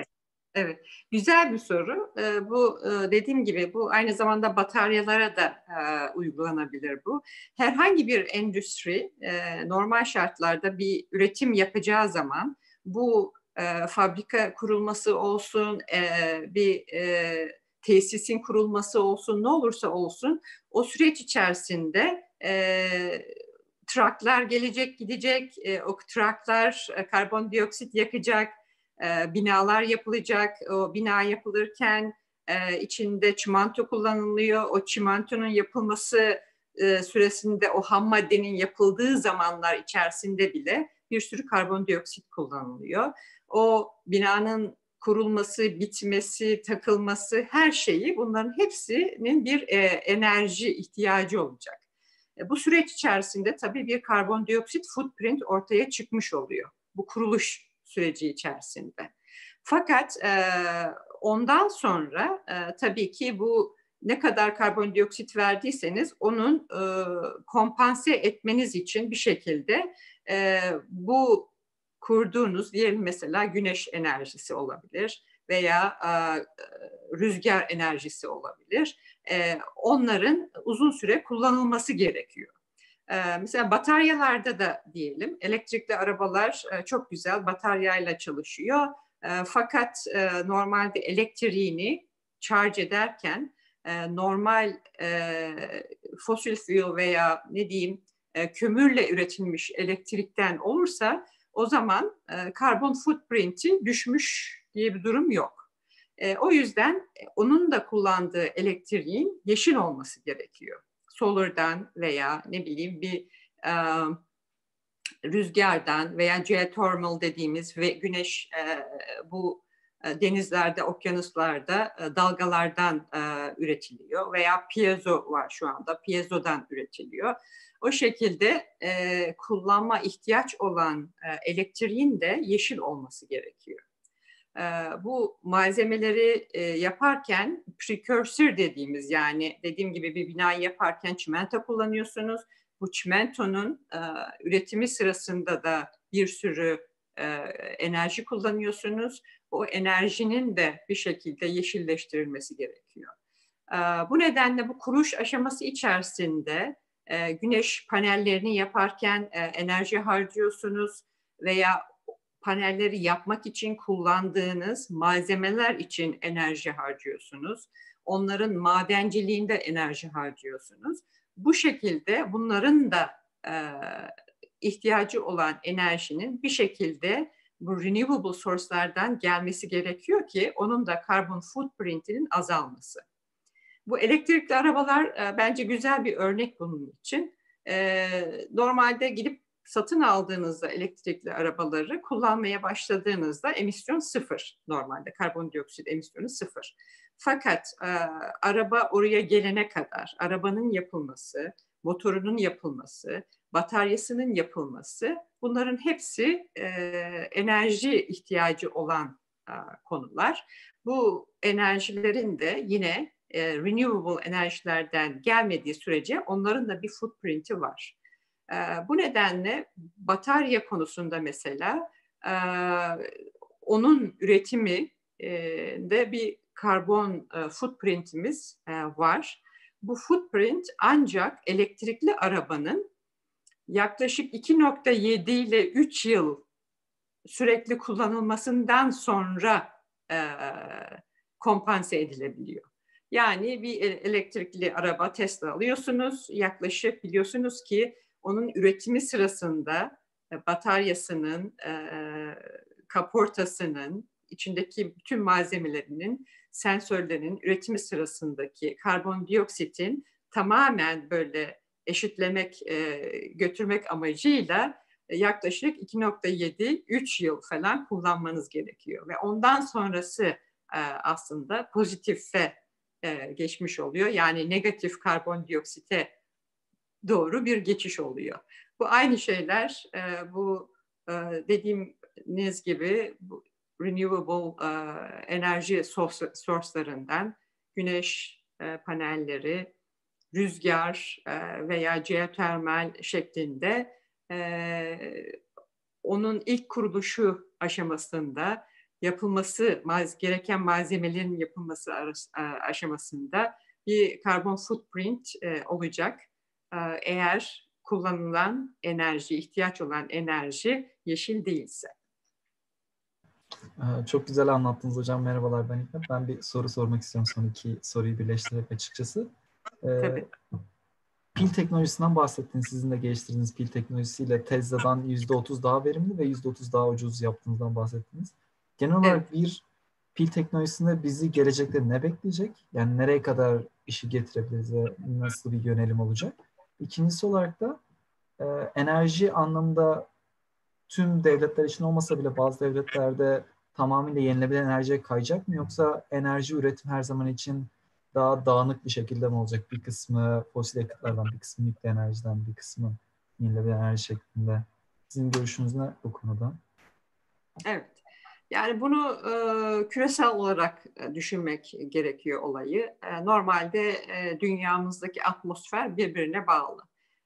Evet, güzel bir soru. Bu dediğim gibi bu aynı zamanda bataryalara da uygulanabilir bu. Herhangi bir endüstri normal şartlarda bir üretim yapacağı zaman bu fabrika kurulması olsun, bir tesisin kurulması olsun, ne olursa olsun o süreç içerisinde traklar gelecek, gidecek, o traklar karbondioksit yakacak, binalar yapılacak. O bina yapılırken içinde çimento kullanılıyor. O çimentonun yapılması süresinde o ham maddenin yapıldığı zamanlar içerisinde bile bir sürü karbondioksit kullanılıyor. O binanın kurulması, bitmesi, takılması her şeyi bunların hepsinin bir enerji ihtiyacı olacak. Bu süreç içerisinde tabii bir karbondioksit footprint ortaya çıkmış oluyor. Bu kuruluş süreci içerisinde. Fakat ondan sonra tabii ki bu ne kadar karbondioksit verdiyseniz onun kompanse etmeniz için bir şekilde bu kurduğunuz diyelim mesela güneş enerjisi olabilir veya rüzgar enerjisi olabilir. Onların uzun süre kullanılması gerekiyor. Mesela bataryalarda da diyelim elektrikli arabalar çok güzel bataryayla çalışıyor. Fakat normalde elektriğini charge ederken normal fosil fuel veya ne diyeyim kömürle üretilmiş elektrikten olursa o zaman karbon footprint'i düşmüş diye bir durum yok. O yüzden onun da kullandığı elektriğin yeşil olması gerekiyor. Solar'dan veya ne bileyim bir rüzgardan veya geothermal dediğimiz ve güneş bu denizlerde, okyanuslarda dalgalardan üretiliyor veya piezo var şu anda, piezodan üretiliyor. O şekilde kullanma ihtiyaç olan elektriğin de yeşil olması gerekiyor. Bu malzemeleri yaparken precursor dediğimiz yani dediğim gibi bir binayı yaparken çimento kullanıyorsunuz. Bu çimentonun üretimi sırasında da bir sürü enerji kullanıyorsunuz. O enerjinin de bir şekilde yeşilleştirilmesi gerekiyor. Bu nedenle bu kuruş aşaması içerisinde güneş panellerini yaparken enerji harcıyorsunuz veya panelleri yapmak için kullandığınız malzemeler için enerji harcıyorsunuz. Onların madenciliğinde enerji harcıyorsunuz. Bu şekilde bunların da ihtiyacı olan enerjinin bir şekilde bu renewable source'lardan gelmesi gerekiyor ki onun da carbon footprint'inin azalması. Bu elektrikli arabalar bence güzel bir örnek bunun için. Normalde gidip satın aldığınızda elektrikli arabaları kullanmaya başladığınızda emisyon sıfır. Normalde karbondioksit emisyonu sıfır. Fakat araba oraya gelene kadar arabanın yapılması, motorunun yapılması, bataryasının yapılması bunların hepsi enerji ihtiyacı olan konular. Bu enerjilerin de yine renewable enerjilerden gelmediği sürece onların da bir footprint'i var. Bu nedenle batarya konusunda mesela onun üretimi de bir karbon footprint'imiz var. Bu footprint ancak elektrikli arabanın yaklaşık 2,7 ile 3 yıl sürekli kullanılmasından sonra kompanse edilebiliyor. Yani bir elektrikli araba Tesla alıyorsunuz. Yaklaşık biliyorsunuz ki onun üretimi sırasında bataryasının, kaportasının, içindeki bütün malzemelerinin, sensörlerinin üretimi sırasındaki karbondioksitin tamamen böyle eşitlemek, götürmek amacıyla yaklaşık 2,7-3 yıl falan kullanmanız gerekiyor. Ve ondan sonrası aslında pozitife geçmiş oluyor. Yani negatif karbondioksite doğru bir geçiş oluyor. Bu aynı şeyler bu dediğiniz gibi bu renewable enerji source'larından güneş panelleri, rüzgar veya geotermal şeklinde onun ilk kuruluşu aşamasında yapılması, gereken malzemelerin yapılması aşamasında bir karbon footprint olacak. Eğer kullanılan enerji, ihtiyaç olan enerji yeşil değilse.
Çok güzel anlattınız hocam. Merhabalar, ben Hikmet. Ben bir soru sormak istiyorum son iki soruyu birleştirerek açıkçası.
Tabii.
Pil teknolojisinden bahsettiniz. Sizin de geliştirdiğiniz pil teknolojisiyle Tesla'dan %30 daha verimli ve %30 daha ucuz yaptığınızdan bahsettiniz. Genel olarak bir pil teknolojisinde bizi gelecekte ne bekleyecek? Yani nereye kadar işi getirebiliriz ve nasıl bir yönelim olacak? İkincisi olarak da enerji anlamında tüm devletler için olmasa bile bazı devletlerde tamamıyla yenilenebilir enerjiye kayacak mı? Yoksa enerji üretimi her zaman için daha dağınık bir şekilde mi olacak? Bir kısmı fosil yakıtlardan, bir kısmı nükleer enerjiden, bir kısmı yenilenebilir enerji şeklinde. Sizin görüşünüz ne bu konuda?
Evet. Yani bunu küresel olarak düşünmek gerekiyor olayı. Normalde dünyamızdaki atmosfer birbirine bağlı.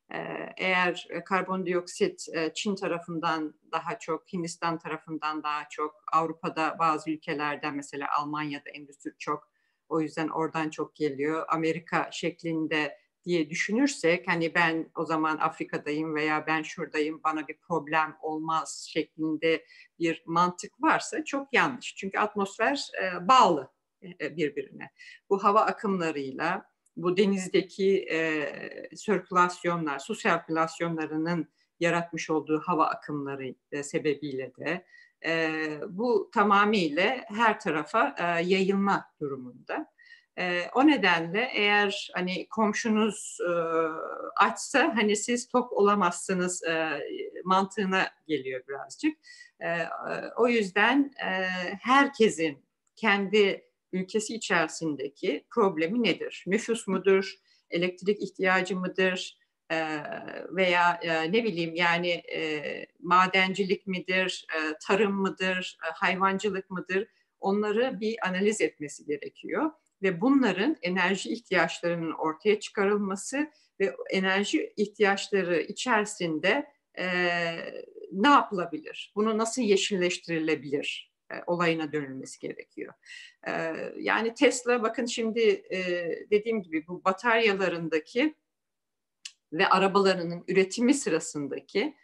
Eğer karbondioksit Çin tarafından daha çok, Hindistan tarafından daha çok, Avrupa'da bazı ülkelerden mesela Almanya'da endüstri çok, o yüzden oradan çok geliyor. Amerika şeklinde diye düşünürsek hani ben o zaman Afrika'dayım veya ben şuradayım bana bir problem olmaz şeklinde bir mantık varsa çok yanlış. Çünkü atmosfer bağlı birbirine. Bu hava akımlarıyla, bu denizdeki sirkülasyonlar, su sirkülasyonlarının yaratmış olduğu hava akımları sebebiyle de bu tamamıyla her tarafa yayılma durumunda. O nedenle eğer hani komşunuz açsa hani siz tok olamazsınız mantığına geliyor birazcık. O yüzden herkesin kendi ülkesi içerisindeki problemi nedir? Nüfus mudur? Elektrik ihtiyacı mıdır? Veya ne bileyim yani madencilik midir? Tarım mıdır? Hayvancılık mıdır? Onları bir analiz etmesi gerekiyor. Ve bunların enerji ihtiyaçlarının ortaya çıkarılması ve enerji ihtiyaçları içerisinde ne yapılabilir? Bunu nasıl yeşilleştirilebilir? Olayına dönülmesi gerekiyor. Yani Tesla bakın şimdi dediğim gibi bu bataryalarındaki ve arabalarının üretimi sırasındaki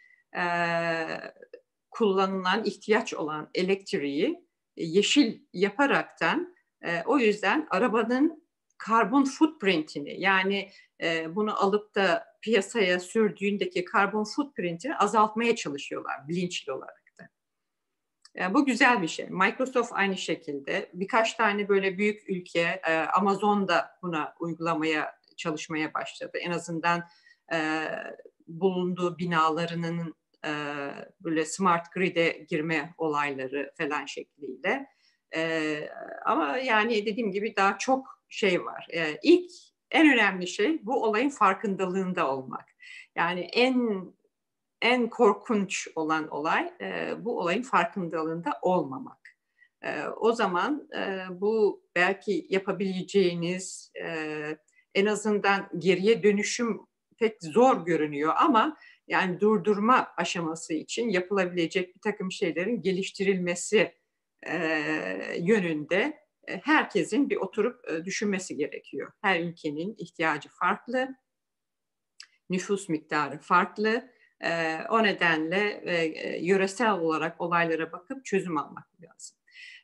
kullanılan ihtiyaç olan elektriği yeşil yaparaktan o yüzden arabanın karbon footprintini yani bunu alıp da piyasaya sürdüğündeki karbon footprintini azaltmaya çalışıyorlar bilinçli olarak da. Bu güzel bir şey. Microsoft aynı şekilde birkaç tane böyle büyük ülke Amazon da buna uygulamaya çalışmaya başladı. En azından bulunduğu binalarının böyle smart grid'e girme olayları falan şekliyle. Ama yani dediğim gibi daha çok şey var. En önemli şey bu olayın farkındalığında olmak. Yani en korkunç olan olay bu olayın farkındalığında olmamak. O zaman bu belki yapabileceğiniz en azından geriye dönüşüm pek zor görünüyor ama yani durdurma aşaması için yapılabilecek bir takım şeylerin geliştirilmesi yönünde herkesin bir oturup düşünmesi gerekiyor. Her ülkenin ihtiyacı farklı, nüfus miktarı farklı. O nedenle yöresel olarak olaylara bakıp çözüm almak lazım.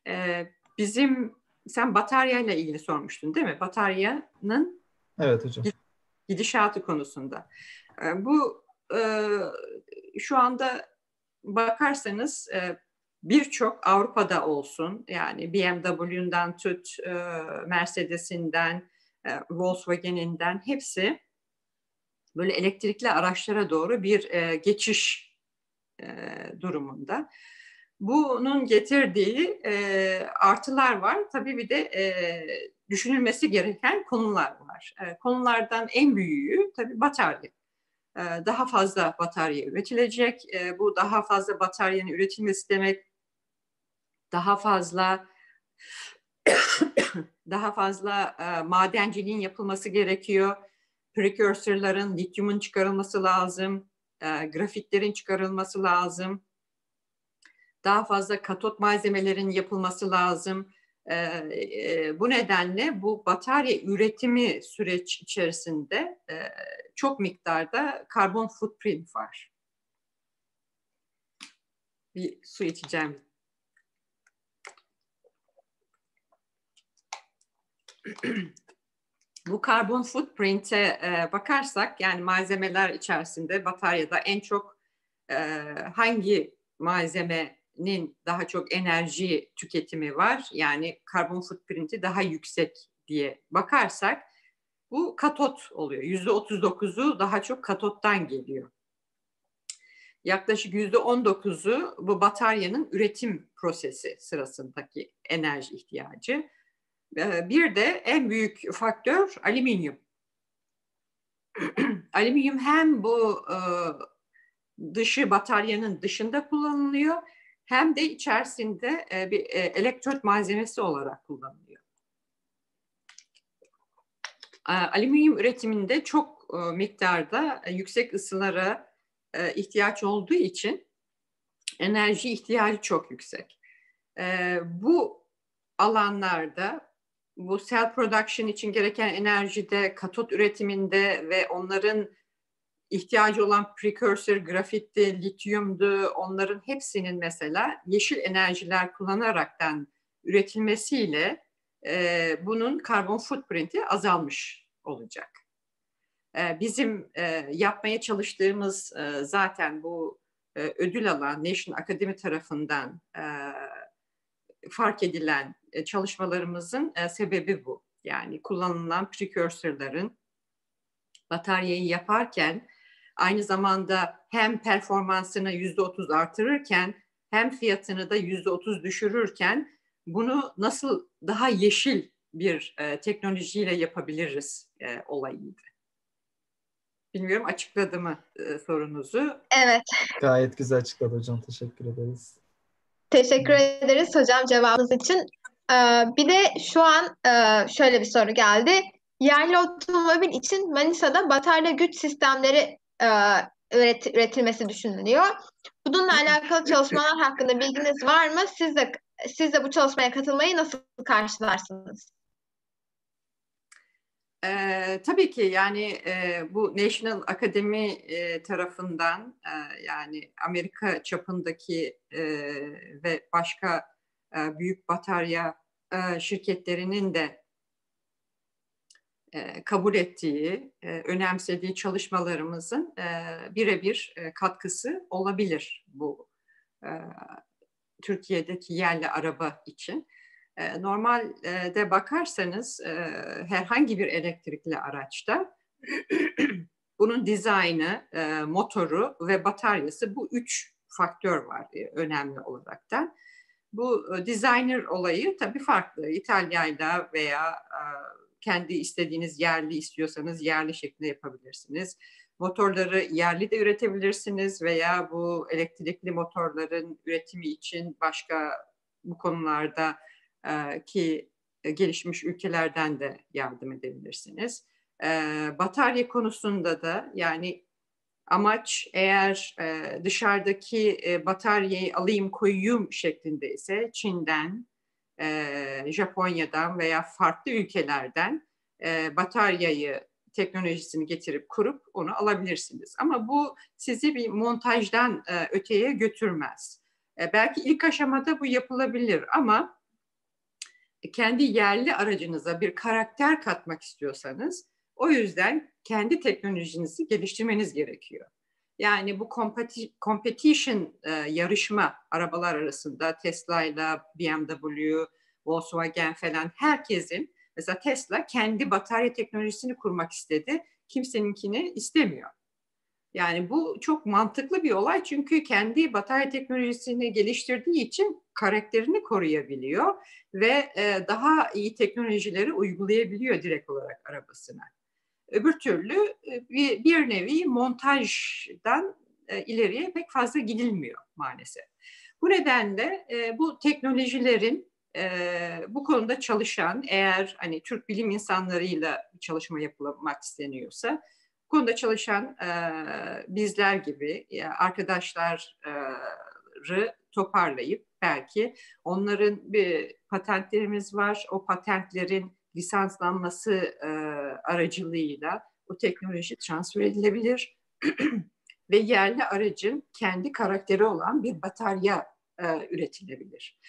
Sen bataryayla ilgili sormuştun değil mi? Bataryanın
evet hocam.
Gidişatı konusunda. Bu şu anda bakarsanız birçok Avrupa'da olsun yani BMW'den tut Mercedes'inden Volkswagen'inden hepsi böyle elektrikli araçlara doğru bir geçiş durumunda. Bunun getirdiği artılar var. Tabii bir de düşünülmesi gereken konular var. Konulardan en büyüğü tabii batarya. Daha fazla batarya üretilecek. Bu daha fazla bataryanın üretilmesi demek daha fazla madenciliğin yapılması gerekiyor. Precursor'ların, lityumun çıkarılması lazım. Grafitlerin çıkarılması lazım. daha fazla katot malzemelerin yapılması lazım. Bu nedenle bu batarya üretimi süreç içerisinde çok miktarda karbon footprint var. Bir su içeceğim. Bu karbon footprint'e bakarsak, yani malzemeler içerisinde bataryada en çok hangi malzemenin daha çok enerji tüketimi var, yani karbon footprint'i daha yüksek diye bakarsak bu katot oluyor. %39'u daha çok katottan geliyor. Yaklaşık %19'u bu bataryanın üretim prosesi sırasındaki enerji ihtiyacı. Bir de en büyük faktör alüminyum. Alüminyum hem bu bataryanın dışında kullanılıyor, hem de içerisinde bir elektrot malzemesi olarak kullanılıyor. Alüminyum üretiminde çok miktarda yüksek ısılara ihtiyaç olduğu için enerji ihtiyacı çok yüksek. Bu alanlarda bu cell production için gereken enerjide, katot üretiminde ve onların ihtiyacı olan precursor, grafitti, lityumdu, onların hepsinin mesela yeşil enerjiler kullanaraktan üretilmesiyle bunun karbon footprint'i azalmış olacak. Bizim yapmaya çalıştığımız zaten bu ödül alan National Academy tarafından fark edilen çalışmalarımızın sebebi bu. Yani kullanılan precursorların bataryayı yaparken aynı zamanda hem performansını %30 artırırken hem fiyatını da %30 düşürürken bunu nasıl daha yeşil bir teknolojiyle yapabiliriz olayıydı. Bilmiyorum, açıkladı mı sorunuzu?
Evet.
Gayet güzel açıkladı hocam. Teşekkür ederiz.
Teşekkür ederiz hocam cevabınız için. Bir de şu an şöyle bir soru geldi. Yerli otomobil için Manisa'da batarya güç sistemleri üretilmesi düşünülüyor. Bununla alakalı çalışmalar hakkında bilginiz var mı? Siz de bu çalışmaya katılmayı nasıl karşılarsınız?
Tabii ki yani bu National Academy tarafından yani Amerika çapındaki ve başka büyük batarya şirketlerinin de kabul ettiği, önemsediği çalışmalarımızın birebir katkısı olabilir bu Türkiye'deki yerli araba için. Normalde bakarsanız herhangi bir elektrikli araçta bunun dizaynı, motoru ve bataryası, bu 3 faktör var önemli olaraktan. Bu designer olayı tabii farklı. İtalya'yla veya kendi istediğiniz yerli istiyorsanız yerli şeklinde yapabilirsiniz. Motorları yerli de üretebilirsiniz veya bu elektrikli motorların üretimi için başka bu konularda ki gelişmiş ülkelerden de yardım edebilirsiniz. Batarya konusunda da yani amaç eğer dışarıdaki bataryayı alayım koyayım şeklinde ise Çin'den, Japonya'dan veya farklı ülkelerden bataryayı, teknolojisini getirip kurup onu alabilirsiniz. Ama bu sizi bir montajdan öteye götürmez. Belki ilk aşamada bu yapılabilir ama kendi yerli aracınıza bir karakter katmak istiyorsanız o yüzden kendi teknolojinizi geliştirmeniz gerekiyor. Yani bu competition yarışma arabalar arasında Tesla ile BMW, Volkswagen falan herkesin, mesela Tesla kendi batarya teknolojisini kurmak istedi. Kimseninkini istemiyor. Yani bu çok mantıklı bir olay çünkü kendi batarya teknolojisini geliştirdiği için karakterini koruyabiliyor ve daha iyi teknolojileri uygulayabiliyor direkt olarak arabasına. Öbür türlü bir nevi montajdan ileriye pek fazla gidilmiyor maalesef. Bu nedenle bu teknolojilerin bu konuda çalışan, eğer hani Türk bilim insanlarıyla bir çalışma yapılmak isteniyorsa, bu konuda çalışan bizler gibi arkadaşları toparlayıp belki onların bir patentlerimiz var. O patentlerin lisanslanması aracılığıyla o teknoloji transfer edilebilir ve yerli aracın kendi karakteri olan bir batarya üretilebilir.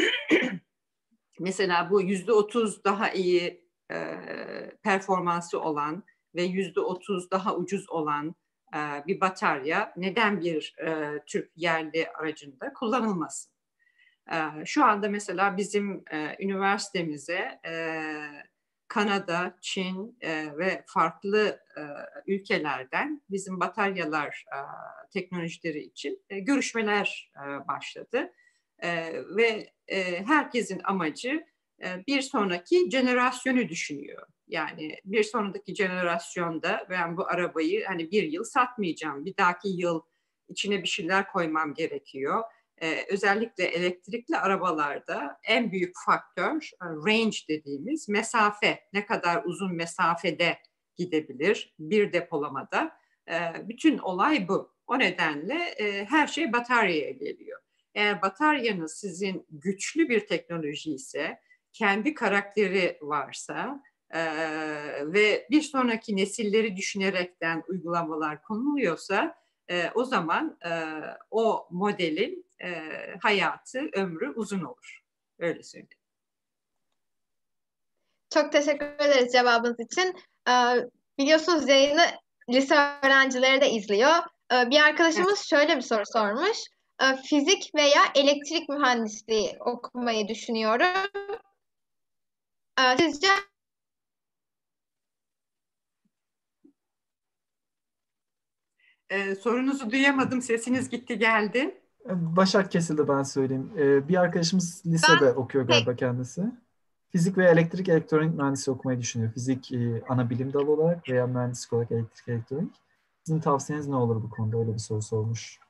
Mesela bu %30 daha iyi performansı olan ve %30 daha ucuz olan bir batarya neden bir Türk yerli aracında kullanılmasın? Şu anda mesela bizim üniversitemize Kanada, Çin ve farklı ülkelerden bizim bataryalar teknolojileri için görüşmeler başladı. Ve herkesin amacı bir sonraki jenerasyonu düşünüyor. Yani bir sonraki jenerasyonda ben bu arabayı hani bir yıl satmayacağım. Bir dahaki yıl içine bir şeyler koymam gerekiyor. Özellikle elektrikli arabalarda en büyük faktör range dediğimiz mesafe. Ne kadar uzun mesafede gidebilir bir depolamada. Bütün olay bu. O nedenle her şey bataryaya geliyor. Eğer bataryanız sizin güçlü bir teknoloji ise, kendi karakteri varsa ve bir sonraki nesilleri düşünerekten uygulamalar konuluyorsa o zaman o modelin hayatı, ömrü uzun olur. Öyle söyleyeyim.
Çok teşekkür ederiz cevabınız için. Biliyorsunuz yayını lise öğrencileri de izliyor. Bir arkadaşımız şöyle bir soru sormuş. Fizik veya elektrik mühendisliği okumayı düşünüyorum. Sizce
Sorunuzu duyamadım. Sesiniz gitti geldi.
Başak kesildi, ben söyleyeyim. Bir arkadaşımız lisede okuyor galiba kendisi. Fizik ve elektrik elektronik mühendisi okumayı düşünüyor. Fizik ana bilim dalı olarak veya mühendislik olarak elektrik elektronik. Sizin tavsiyeniz ne olur bu konuda? Öyle bir soru sormuş.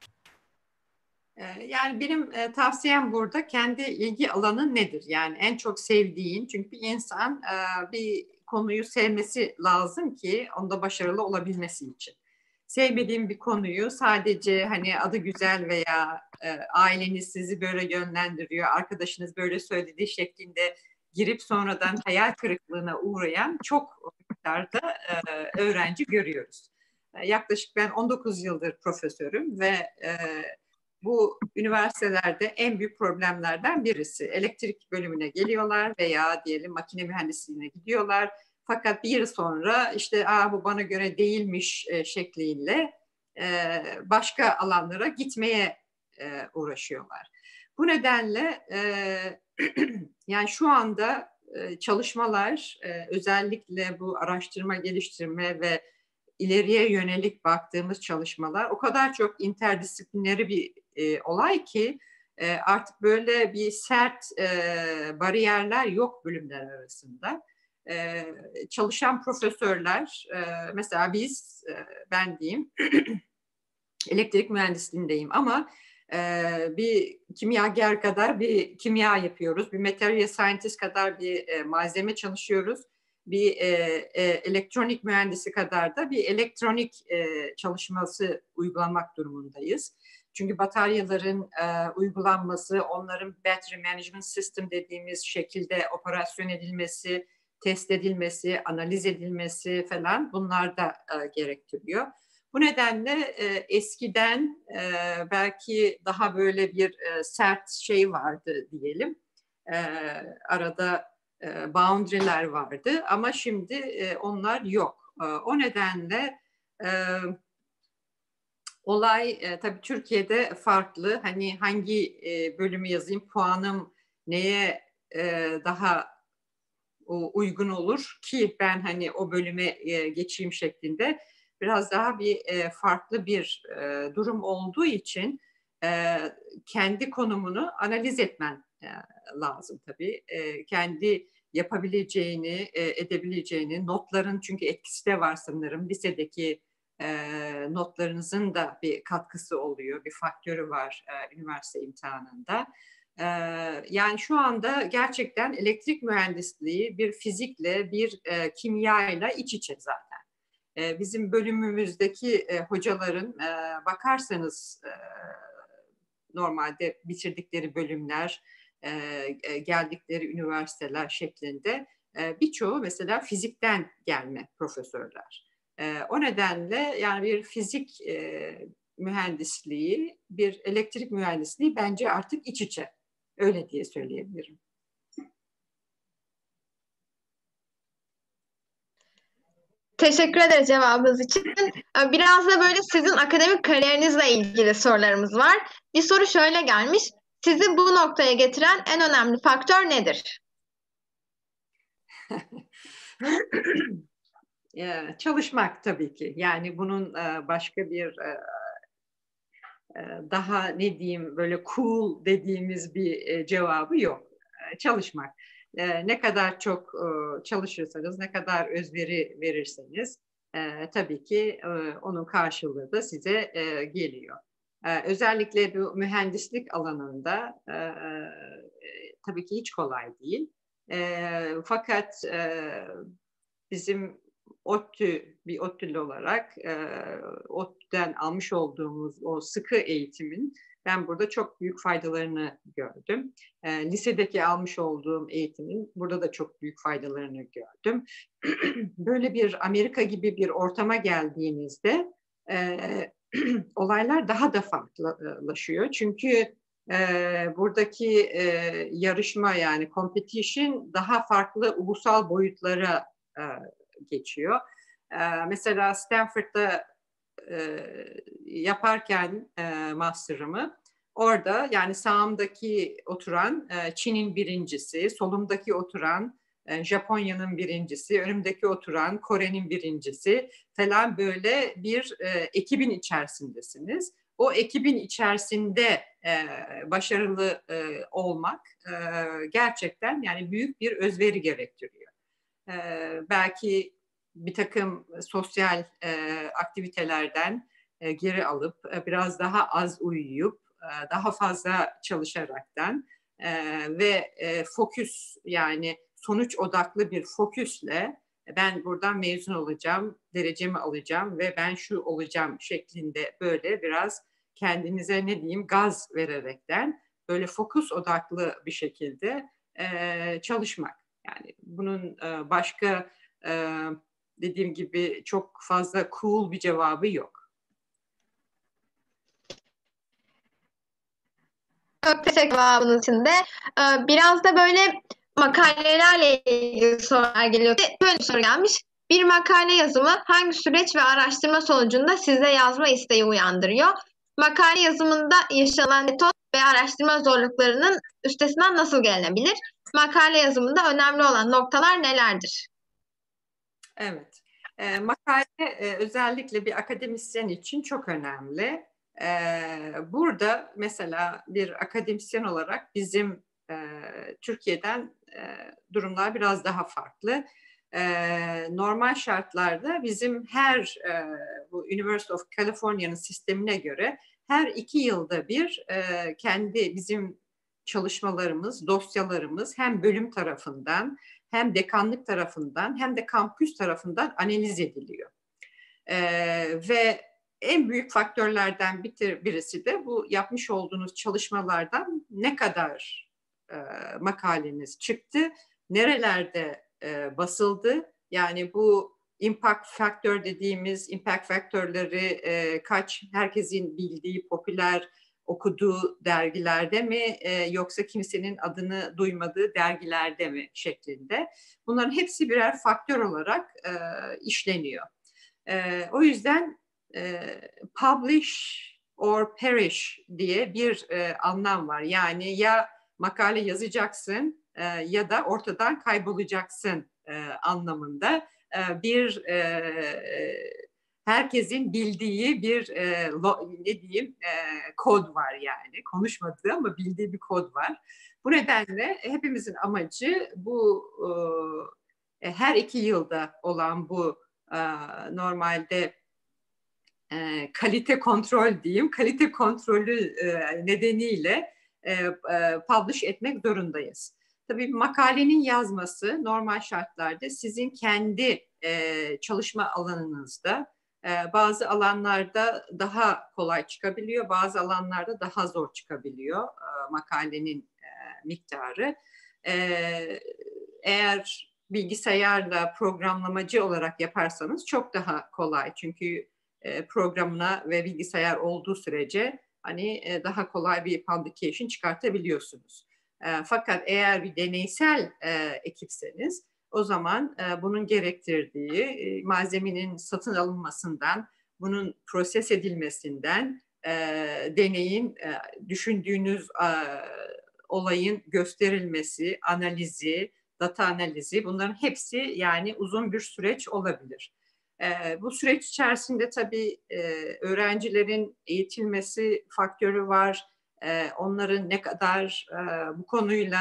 Yani benim tavsiyem burada kendi ilgi alanın nedir? Yani en çok sevdiğin, çünkü bir insan bir konuyu sevmesi lazım ki onda başarılı olabilmesi için. Sevmediğim bir konuyu sadece hani adı güzel veya aileniz sizi böyle yönlendiriyor, arkadaşınız böyle söylediği şeklinde girip sonradan hayal kırıklığına uğrayan çok miktarda öğrenci görüyoruz. Yaklaşık ben 19 yıldır profesörüm ve bu üniversitelerde en büyük problemlerden birisi. Elektrik bölümüne geliyorlar veya diyelim makine mühendisliğine gidiyorlar. Fakat bir yıl sonra işte bu bana göre değilmiş şekliyle başka alanlara gitmeye uğraşıyorlar. Bu nedenle yani şu anda çalışmalar özellikle bu araştırma, geliştirme ve ileriye yönelik baktığımız çalışmalar o kadar çok interdisiplineri bir olay ki artık böyle bir sert bariyerler yok bölümler arasında. Çalışan profesörler, mesela biz, ben diyeyim, elektrik mühendisliğindeyim ama bir kimyager kadar bir kimya yapıyoruz, bir material scientist kadar bir malzeme çalışıyoruz, bir elektronik mühendisi kadar da bir elektronik çalışması uygulamak durumundayız. Çünkü bataryaların uygulanması, onların battery management system dediğimiz şekilde operasyon edilmesi, test edilmesi, analiz edilmesi falan bunlar da gerektiriyor. Bu nedenle eskiden belki daha böyle bir sert şey vardı diyelim. Arada boundary'ler vardı ama şimdi onlar yok. O nedenle olay tabii Türkiye'de farklı. Hani hangi bölümü yazayım, puanım neye daha uygun olur ki ben hani o bölüme geçeyim şeklinde biraz daha bir farklı bir durum olduğu için kendi konumunu analiz etmen lazım tabii. Kendi yapabileceğini, edebileceğini, notların çünkü etkisi de var sanırım. Lisedeki notlarınızın da bir katkısı oluyor, bir faktörü var üniversite imtihanında. Yani şu anda gerçekten elektrik mühendisliği bir fizikle, bir kimyayla iç içe zaten. Bizim bölümümüzdeki hocaların bakarsanız normalde bitirdikleri bölümler, geldikleri üniversiteler şeklinde birçoğu mesela fizikten gelme profesörler. O nedenle yani bir fizik mühendisliği, bir elektrik mühendisliği bence artık iç içe. Öyle diye söyleyebilirim.
Teşekkür ederiz cevabınız için. Biraz da böyle sizin akademik kariyerinizle ilgili sorularımız var. Bir soru şöyle gelmiş. Sizi bu noktaya getiren en önemli faktör nedir?
Çalışmak tabii ki. Yani bunun başka bir daha ne diyeyim böyle cool dediğimiz bir cevabı yok. Çalışmak. Ne kadar çok çalışırsanız, ne kadar özveri verirseniz tabii ki onun karşılığı da size geliyor. Özellikle bu mühendislik alanında tabii ki hiç kolay değil. Fakat bizim bir ODTÜ'lü olarak ODTÜ'den almış olduğumuz o sıkı eğitimin ben burada çok büyük faydalarını gördüm. Lisedeki almış olduğum eğitimin burada da çok büyük faydalarını gördüm. Böyle bir Amerika gibi bir ortama geldiğinizde olaylar daha da farklılaşıyor. Çünkü buradaki yarışma yani competition daha farklı ulusal boyutlara geçiyor. Mesela Stanford'da yaparken master'ımı orada yani sağımdaki oturan Çin'in birincisi, solumdaki oturan Japonya'nın birincisi, önümdeki oturan Kore'nin birincisi falan böyle bir ekibin içerisindesiniz. O ekibin içerisinde başarılı olmak gerçekten yani büyük bir özveri gerektiriyor. Belki bir takım sosyal aktivitelerden geri alıp biraz daha az uyuyup daha fazla çalışaraktan ve fokus yani sonuç odaklı bir fokusle ben buradan mezun olacağım, derecemi alacağım ve ben şu olacağım şeklinde böyle biraz kendinize ne diyeyim gaz vererekten böyle fokus odaklı bir şekilde çalışmak. Yani bunun başka dediğim gibi çok fazla cool bir cevabı yok.
Çok teşekkür cevabınız için de. Biraz da böyle makalelerle ilgili sorular geliyor. Böyle bir soru gelmiş. Bir makale yazımı hangi süreç ve araştırma sonucunda size yazma isteği uyandırıyor? Makale yazımında yaşanan metot ve araştırma zorluklarının üstesinden nasıl gelinebilir? Makale yazımında önemli olan noktalar nelerdir?
Evet. Makale özellikle bir akademisyen için çok önemli. Burada mesela bir akademisyen olarak bizim Türkiye'den durumlar biraz daha farklı. Normal şartlarda bizim bu University of California'nın sistemine göre her 2 yılda bir kendi bizim çalışmalarımız, dosyalarımız hem bölüm tarafından hem dekanlık tarafından hem de kampüs tarafından analiz ediliyor. Ve en büyük faktörlerden birisi de bu yapmış olduğunuz çalışmalardan ne kadar makaleniz çıktı, nerelerde basıldı. Yani bu impact factor dediğimiz impact faktörleri kaç herkesin bildiği popüler okuduğu dergilerde mi yoksa kimsenin adını duymadığı dergilerde mi şeklinde. Bunların hepsi birer faktör olarak işleniyor. O yüzden publish or perish diye bir anlam var. Yani ya makale yazacaksın ya da ortadan kaybolacaksın anlamında bir herkesin bildiği bir ne diyeyim kod var yani konuşmadığı ama bildiği bir kod var. Bu nedenle hepimizin amacı bu her 2 yılda olan bu normalde kalite kontrol diyeyim kalite kontrolü nedeniyle publish etmek zorundayız. Tabii makalenin yazması normal şartlarda sizin kendi çalışma alanınızda Bazı alanlarda daha kolay çıkabiliyor, bazı alanlarda daha zor çıkabiliyor makalenin miktarı. Eğer bilgisayarla programlamacı olarak yaparsanız çok daha kolay. Çünkü programına ve bilgisayar olduğu sürece hani daha kolay bir publication çıkartabiliyorsunuz. Fakat eğer bir deneysel ekipseniz o zaman bunun gerektirdiği malzemenin satın alınmasından, bunun proses edilmesinden, deneyin, düşündüğünüz olayın gösterilmesi, analizi, data analizi, bunların hepsi yani uzun bir süreç olabilir. Bu süreç içerisinde tabii öğrencilerin eğitilmesi faktörü var. Onların ne kadar bu konuyla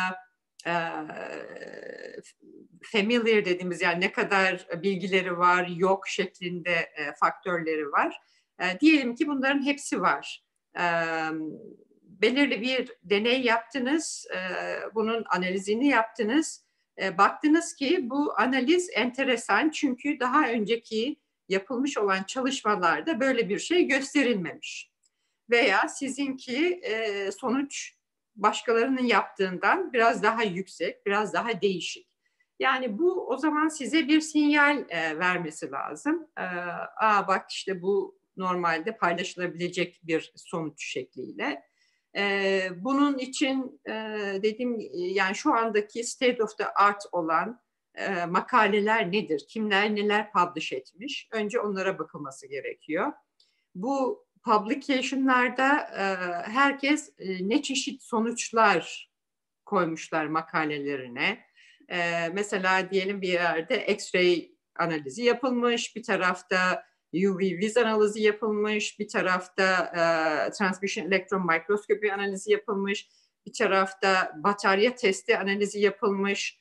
familiar dediğimiz, yani ne kadar bilgileri var, yok şeklinde faktörleri var. Diyelim ki bunların hepsi var. Belirli bir deney yaptınız, bunun analizini yaptınız. Baktınız ki bu analiz enteresan, çünkü daha önceki yapılmış olan çalışmalarda böyle bir şey gösterilmemiş. Veya sizinki sonuç başkalarının yaptığından biraz daha yüksek, biraz daha değişik. Yani bu o zaman size bir sinyal vermesi lazım. Bak işte bu normalde paylaşılabilecek bir sonuç şekliyle. Bunun için dediğim, yani şu andaki state of the art olan makaleler nedir? Kimler neler publish etmiş? Önce onlara bakılması gerekiyor. Bu publication'larda herkes ne çeşit sonuçlar koymuşlar makalelerine. Mesela diyelim bir yerde X-ray analizi yapılmış, bir tarafta UV viz analizi yapılmış, bir tarafta transmission elektron mikroskopi analizi yapılmış, bir tarafta batarya testi analizi yapılmış,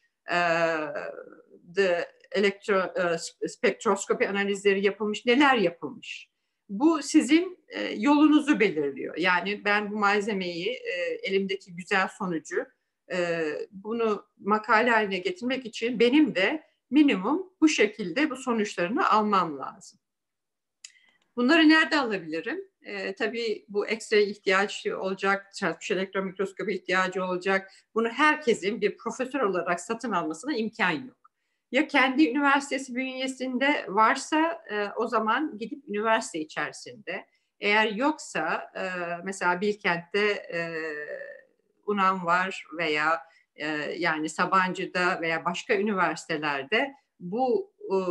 spektroskopi analizleri yapılmış, neler yapılmış. Bu sizin yolunuzu belirliyor. Yani ben bu malzemeyi, elimdeki güzel sonucu, bunu makale haline getirmek için benim de minimum bu şekilde bu sonuçlarını almam lazım. Bunları nerede alabilirim? Tabii bu ekstra ihtiyacı olacak, transmission elektron mikroskopi ihtiyacı olacak. Bunu herkesin bir profesör olarak satın almasına imkan yok. Ya kendi üniversitesi bünyesinde varsa o zaman gidip üniversite içerisinde. Eğer yoksa mesela Bilkent'te UNAM var veya yani Sabancı'da veya başka üniversitelerde bu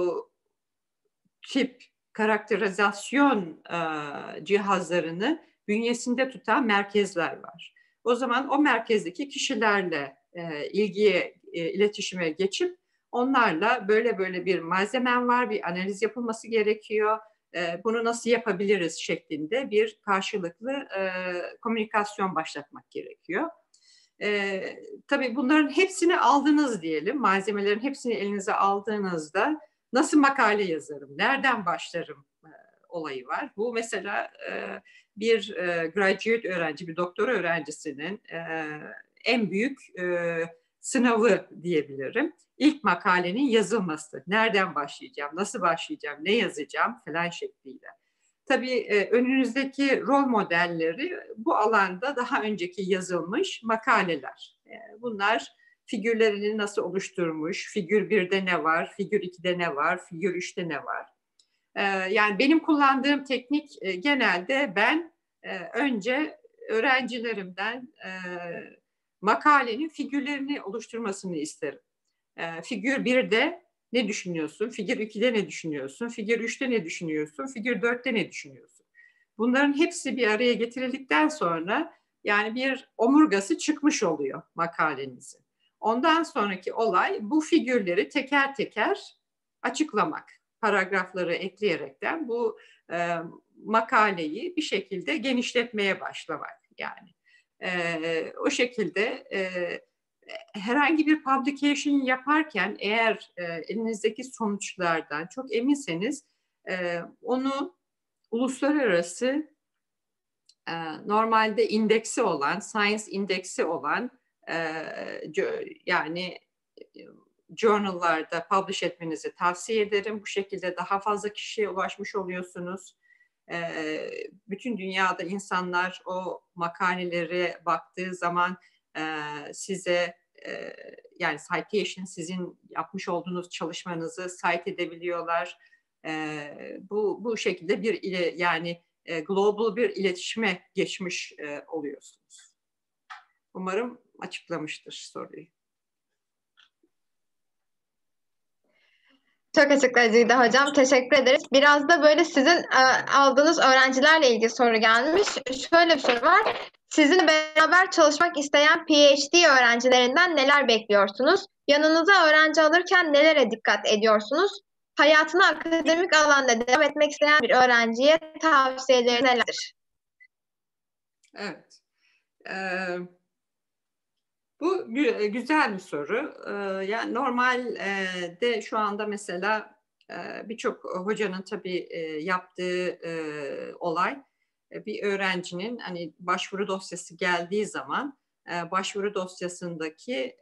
tip karakterizasyon cihazlarını bünyesinde tutan merkezler var. O zaman o merkezdeki kişilerle iletişime geçip onlarla böyle bir malzemem var, bir analiz yapılması gerekiyor, bunu nasıl yapabiliriz şeklinde bir karşılıklı komünikasyon başlatmak gerekiyor. Tabii bunların hepsini aldınız diyelim, malzemelerin hepsini elinize aldığınızda nasıl makale yazarım, nereden başlarım olayı var. Bu mesela bir graduate öğrenci, bir doktora öğrencisinin en büyük sınavı diyebilirim. İlk makalenin yazılması. Nereden başlayacağım, nasıl başlayacağım, ne yazacağım falan şekliyle. Tabii önünüzdeki rol modelleri bu alanda daha önceki yazılmış makaleler. Bunlar figürlerini nasıl oluşturmuş, figür 1'de ne var, figür 2'de ne var, figür 3'te ne var. Yani benim kullandığım teknik genelde ben önce öğrencilerimden makalenin figürlerini oluşturmasını isterim. Figür 1'de ne düşünüyorsun? Figür 2'de ne düşünüyorsun? Figür 3'te ne düşünüyorsun? Figür 4'te ne düşünüyorsun? Bunların hepsi bir araya getirildikten sonra yani bir omurgası çıkmış oluyor makalenizin. Ondan sonraki olay bu figürleri teker teker açıklamak. Paragrafları ekleyerekten bu makaleyi bir şekilde genişletmeye başlamak yani. O şekilde herhangi bir publication yaparken eğer elinizdeki sonuçlardan çok eminseniz onu uluslararası normalde indeksi olan, science indeksi olan yani journal'larda publish etmenizi tavsiye ederim. Bu şekilde daha fazla kişiye ulaşmış oluyorsunuz. Bütün dünyada insanlar o makalelere baktığı zaman size yani citation, sizin yapmış olduğunuz çalışmanızı cite edebiliyorlar. Bu şekilde yani global bir iletişime geçmiş oluyorsunuz. Umarım açıklamıştır soruyu.
Çok açıklayıcıydı hocam. Teşekkür ederiz. Biraz da böyle sizin aldığınız öğrencilerle ilgili soru gelmiş. Şöyle bir soru var. Sizinle beraber çalışmak isteyen PhD öğrencilerinden neler bekliyorsunuz? Yanınıza öğrenci alırken nelere dikkat ediyorsunuz? Hayatını akademik alanda devam etmek isteyen bir öğrenciye tavsiyeleri nelerdir?
Evet. Bu güzel bir soru. Yani normalde şu anda mesela birçok hocanın tabii yaptığı olay bir öğrencinin hani başvuru dosyası geldiği zaman başvuru dosyasındaki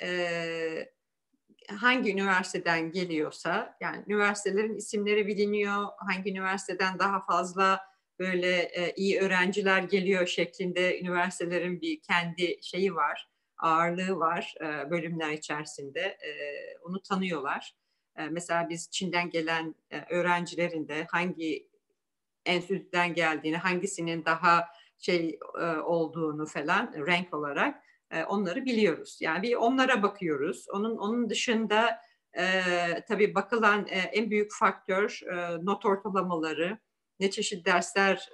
hangi üniversiteden geliyorsa, yani üniversitelerin isimleri biliniyor, hangi üniversiteden daha fazla böyle iyi öğrenciler geliyor şeklinde üniversitelerin bir kendi şeyi var, ağırlığı var bölümler içerisinde, onu tanıyorlar. Mesela biz Çin'den gelen öğrencilerin de hangi enstitüden geldiğini, hangisinin daha olduğunu falan renk olarak onları biliyoruz. Yani bir onlara bakıyoruz. Onun dışında tabii bakılan en büyük faktör not ortalamaları, ne çeşit dersler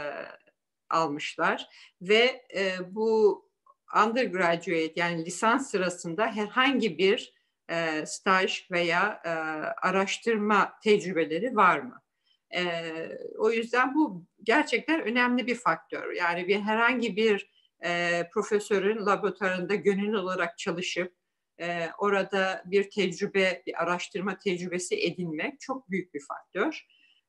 almışlar ve bu undergraduate yani lisans sırasında herhangi bir staj veya araştırma tecrübeleri var mı? O yüzden bu gerçekten önemli bir faktör. Yani herhangi bir profesörün laboratuvarında gönüllü olarak çalışıp orada bir tecrübe, bir araştırma tecrübesi edinmek çok büyük bir faktör.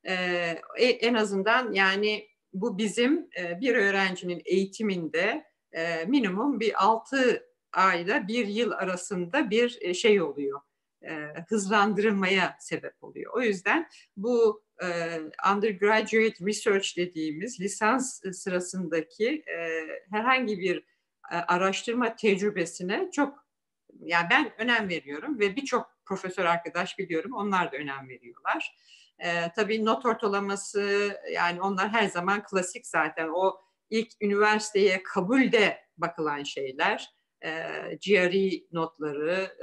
En azından yani bu bizim bir öğrencinin eğitiminde minimum bir 6 ayla 1 yıl arasında bir şey oluyor. Hızlandırılmaya sebep oluyor. O yüzden bu undergraduate research dediğimiz lisans sırasındaki herhangi bir araştırma tecrübesine çok, yani ben önem veriyorum ve birçok profesör arkadaş biliyorum, onlar da önem veriyorlar. Tabii not ortalaması, yani onlar her zaman klasik zaten, o ilk üniversiteye kabulde bakılan şeyler, GRE notları,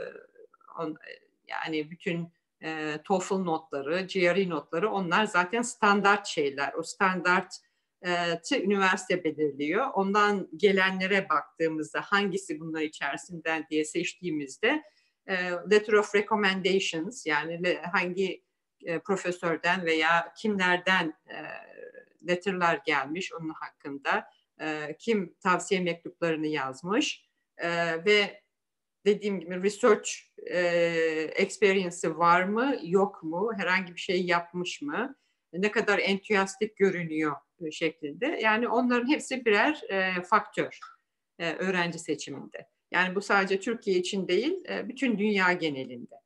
yani bütün TOEFL notları, GRE notları, onlar zaten standart şeyler. O standartı üniversite belirliyor. Ondan gelenlere baktığımızda hangisi bunlar içerisinden diye seçtiğimizde letter of recommendations, yani hangi profesörden veya kimlerden letterlar gelmiş onun hakkında, kim tavsiye mektuplarını yazmış ve dediğim gibi research experience'ı var mı, yok mu, herhangi bir şey yapmış mı, ne kadar entüzyastik görünüyor şeklinde. Yani onların hepsi birer faktör öğrenci seçiminde. Yani bu sadece Türkiye için değil, bütün dünya genelinde.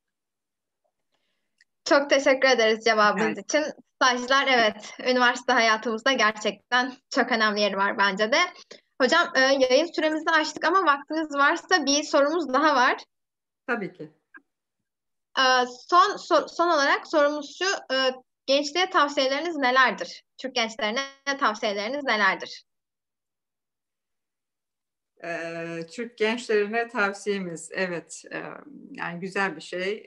Çok teşekkür ederiz cevabınız için. Stajlar, evet, üniversite hayatımızda gerçekten çok önemli yeri var bence de. Hocam yayın süremizi açtık ama vaktiniz varsa bir sorumuz daha var.
Tabii ki.
Son olarak sorumuz şu, gençliğe tavsiyeleriniz nelerdir? Türk gençlerine tavsiyeleriniz nelerdir?
Türk gençlerine tavsiyemiz, evet, yani güzel bir şey.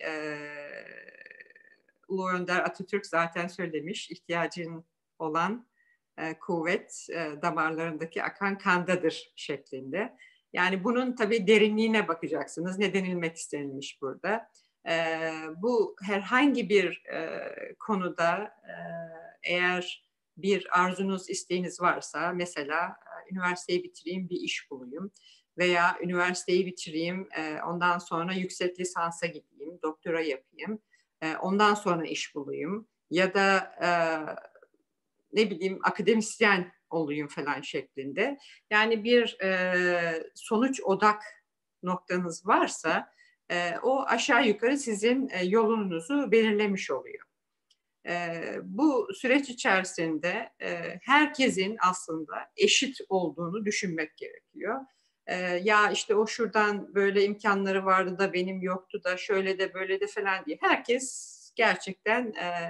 Ulu Önder Atatürk zaten söylemiş, ihtiyacın olan kuvvet damarlarındaki akan kandadır şeklinde. Yani bunun tabii derinliğine bakacaksınız. Ne denilmek istenilmiş burada? Bu herhangi bir konuda eğer bir arzunuz, isteğiniz varsa, mesela üniversiteyi bitireyim, bir iş bulayım veya üniversiteyi bitireyim, ondan sonra yüksek lisansa gideyim, doktora yapayım, ondan sonra iş bulayım ya da ne bileyim akademisyen olayım falan şeklinde. Yani bir sonuç odak noktanız varsa O aşağı yukarı sizin yolunuzu belirlemiş oluyor. Bu süreç içerisinde herkesin aslında eşit olduğunu düşünmek gerekiyor. Ya işte o şuradan böyle imkanları vardı da benim yoktu da şöyle de böyle de falan diye. Herkes gerçekten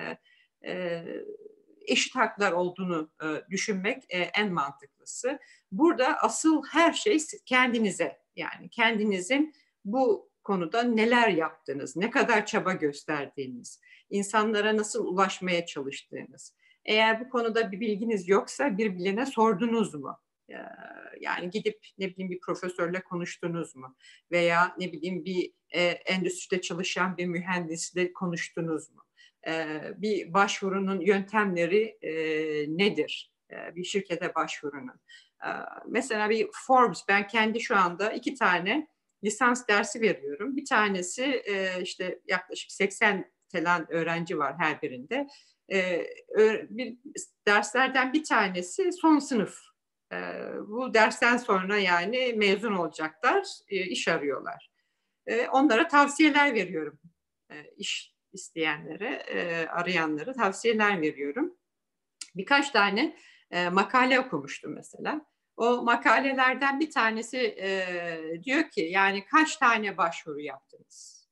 eşit haklar olduğunu düşünmek en mantıklısı. Burada asıl her şey kendinize, yani kendinizin bu konuda neler yaptığınız, ne kadar çaba gösterdiğiniz, insanlara nasıl ulaşmaya çalıştığınız. Eğer bu konuda bir bilginiz yoksa bir bilene sordunuz mu? Yani gidip ne bileyim bir profesörle konuştunuz mu? Veya ne bileyim bir endüstride çalışan bir mühendisle konuştunuz mu? Bir başvurunun yöntemleri nedir? Bir şirkete başvurunun. Mesela bir Forbes, ben kendi şu anda 2 tane lisans dersi veriyorum. Bir tanesi işte yaklaşık 80 falan öğrenci var her birinde. Bir derslerden bir tanesi son sınıf. Bu dersten sonra yani mezun olacaklar, iş arıyorlar. Onlara tavsiyeler veriyorum. İş isteyenlere, arayanlara tavsiyeler veriyorum. Birkaç tane makale okumuştum mesela. O makalelerden bir tanesi diyor ki yani kaç tane başvuru yaptınız?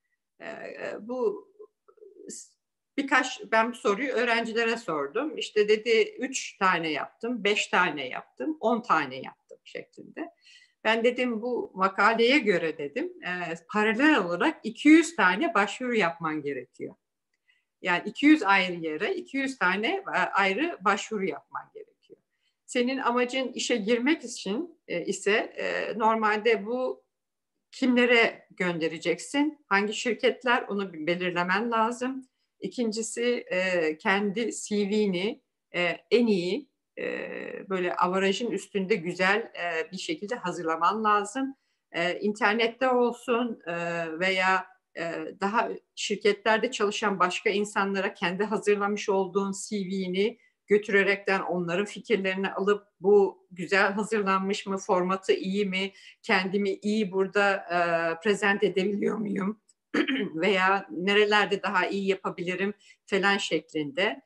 Ben bu soruyu öğrencilere sordum. İşte dedi 3 tane yaptım, 5 tane yaptım, 10 tane yaptım şeklinde. Ben dedim bu makaleye göre dedim paralel olarak 200 tane başvuru yapman gerekiyor. Yani 200 ayrı yere 200 tane ayrı başvuru yapman gerekiyor. Senin amacın işe girmek için ise normalde bu kimlere göndereceksin? Hangi şirketler, onu belirlemen lazım. İkincisi kendi CV'ni en iyi böyle avarajın üstünde güzel bir şekilde hazırlaman lazım. İnternette olsun veya daha şirketlerde çalışan başka insanlara kendi hazırlamış olduğun CV'ni götürerekten onların fikirlerini alıp bu güzel hazırlanmış mı, formatı iyi mi, kendimi iyi burada present edebiliyor muyum veya nerelerde daha iyi yapabilirim falan şeklinde.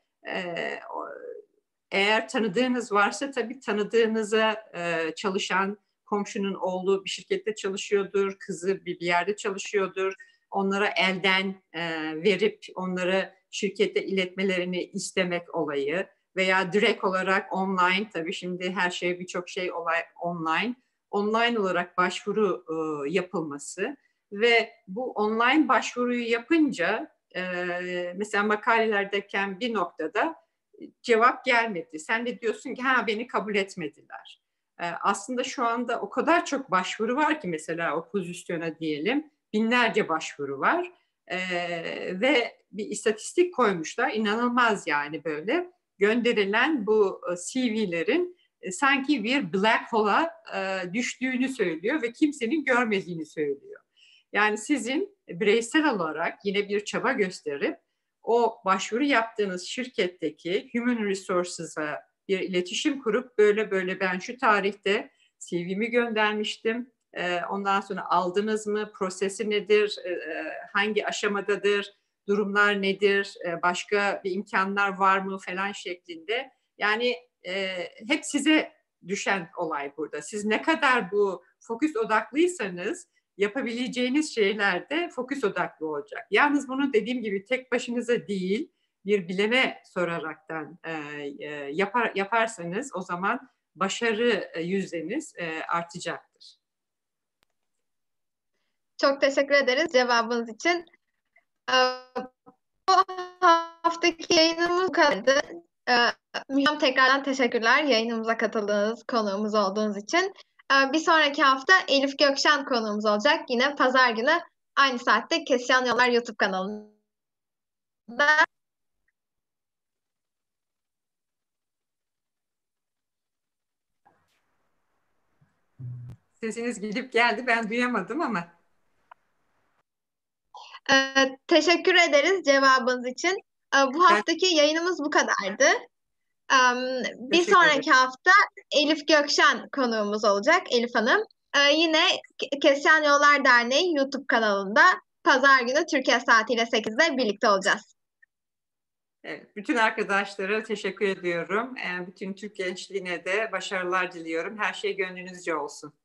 Eğer tanıdığınız varsa tabii tanıdığınıza çalışan komşunun oğlu bir şirkette çalışıyordur, kızı bir yerde çalışıyordur. Onlara elden verip onları şirkete iletmelerini istemek olayı veya direkt olarak online, tabii şimdi her şey birçok şey online olarak başvuru yapılması ve bu online başvuruyu yapınca mesela makalelerdeyken bir noktada cevap gelmedi. Sen de diyorsun ki beni kabul etmediler. Aslında şu anda o kadar çok başvuru var ki mesela o pozisyona diyelim binlerce başvuru var ve bir istatistik koymuşlar, inanılmaz yani böyle gönderilen bu CV'lerin sanki bir black hole'a düştüğünü söylüyor ve kimsenin görmediğini söylüyor. Yani sizin bireysel olarak yine bir çaba gösterip o başvuru yaptığınız şirketteki Human Resources'a bir iletişim kurup böyle ben şu tarihte CV'mi göndermiştim. Ondan sonra aldınız mı? Prosesi nedir? Hangi aşamadadır? Durumlar nedir? Başka bir imkanlar var mı falan şeklinde. Yani hep size düşen olay burada. Siz ne kadar bu fokus odaklıysanız yapabileceğiniz şeylerde fokus odaklı olacak. Yalnız bunu dediğim gibi tek başınıza değil, bir bilene soraraktan yaparsanız o zaman başarı yüzdeniz artacaktır.
Çok teşekkür ederiz cevabınız için. Bu haftaki yayınımız bu kadardı. Mühim, tekrardan teşekkürler yayınımıza katıldığınız, konuğumuz olduğunuz için. Bir sonraki hafta Elif Gökşen konuğumuz olacak. Yine pazar günü aynı saatte Kesişen Yollar YouTube kanalında.
Sesiniz gidip geldi, ben duyamadım ama.
Teşekkür ederiz cevabınız için. Bu haftaki yayınımız bu kadardı. Bir sonraki hafta Elif Gökşen konuğumuz olacak, Elif Hanım. yine Kesişen Yollar Derneği YouTube kanalında Pazar günü Türkiye saatiyle 8'de birlikte olacağız.
Evet, bütün arkadaşlara teşekkür ediyorum. Bütün Türk gençliğine de başarılar diliyorum. Her şey gönlünüzce olsun.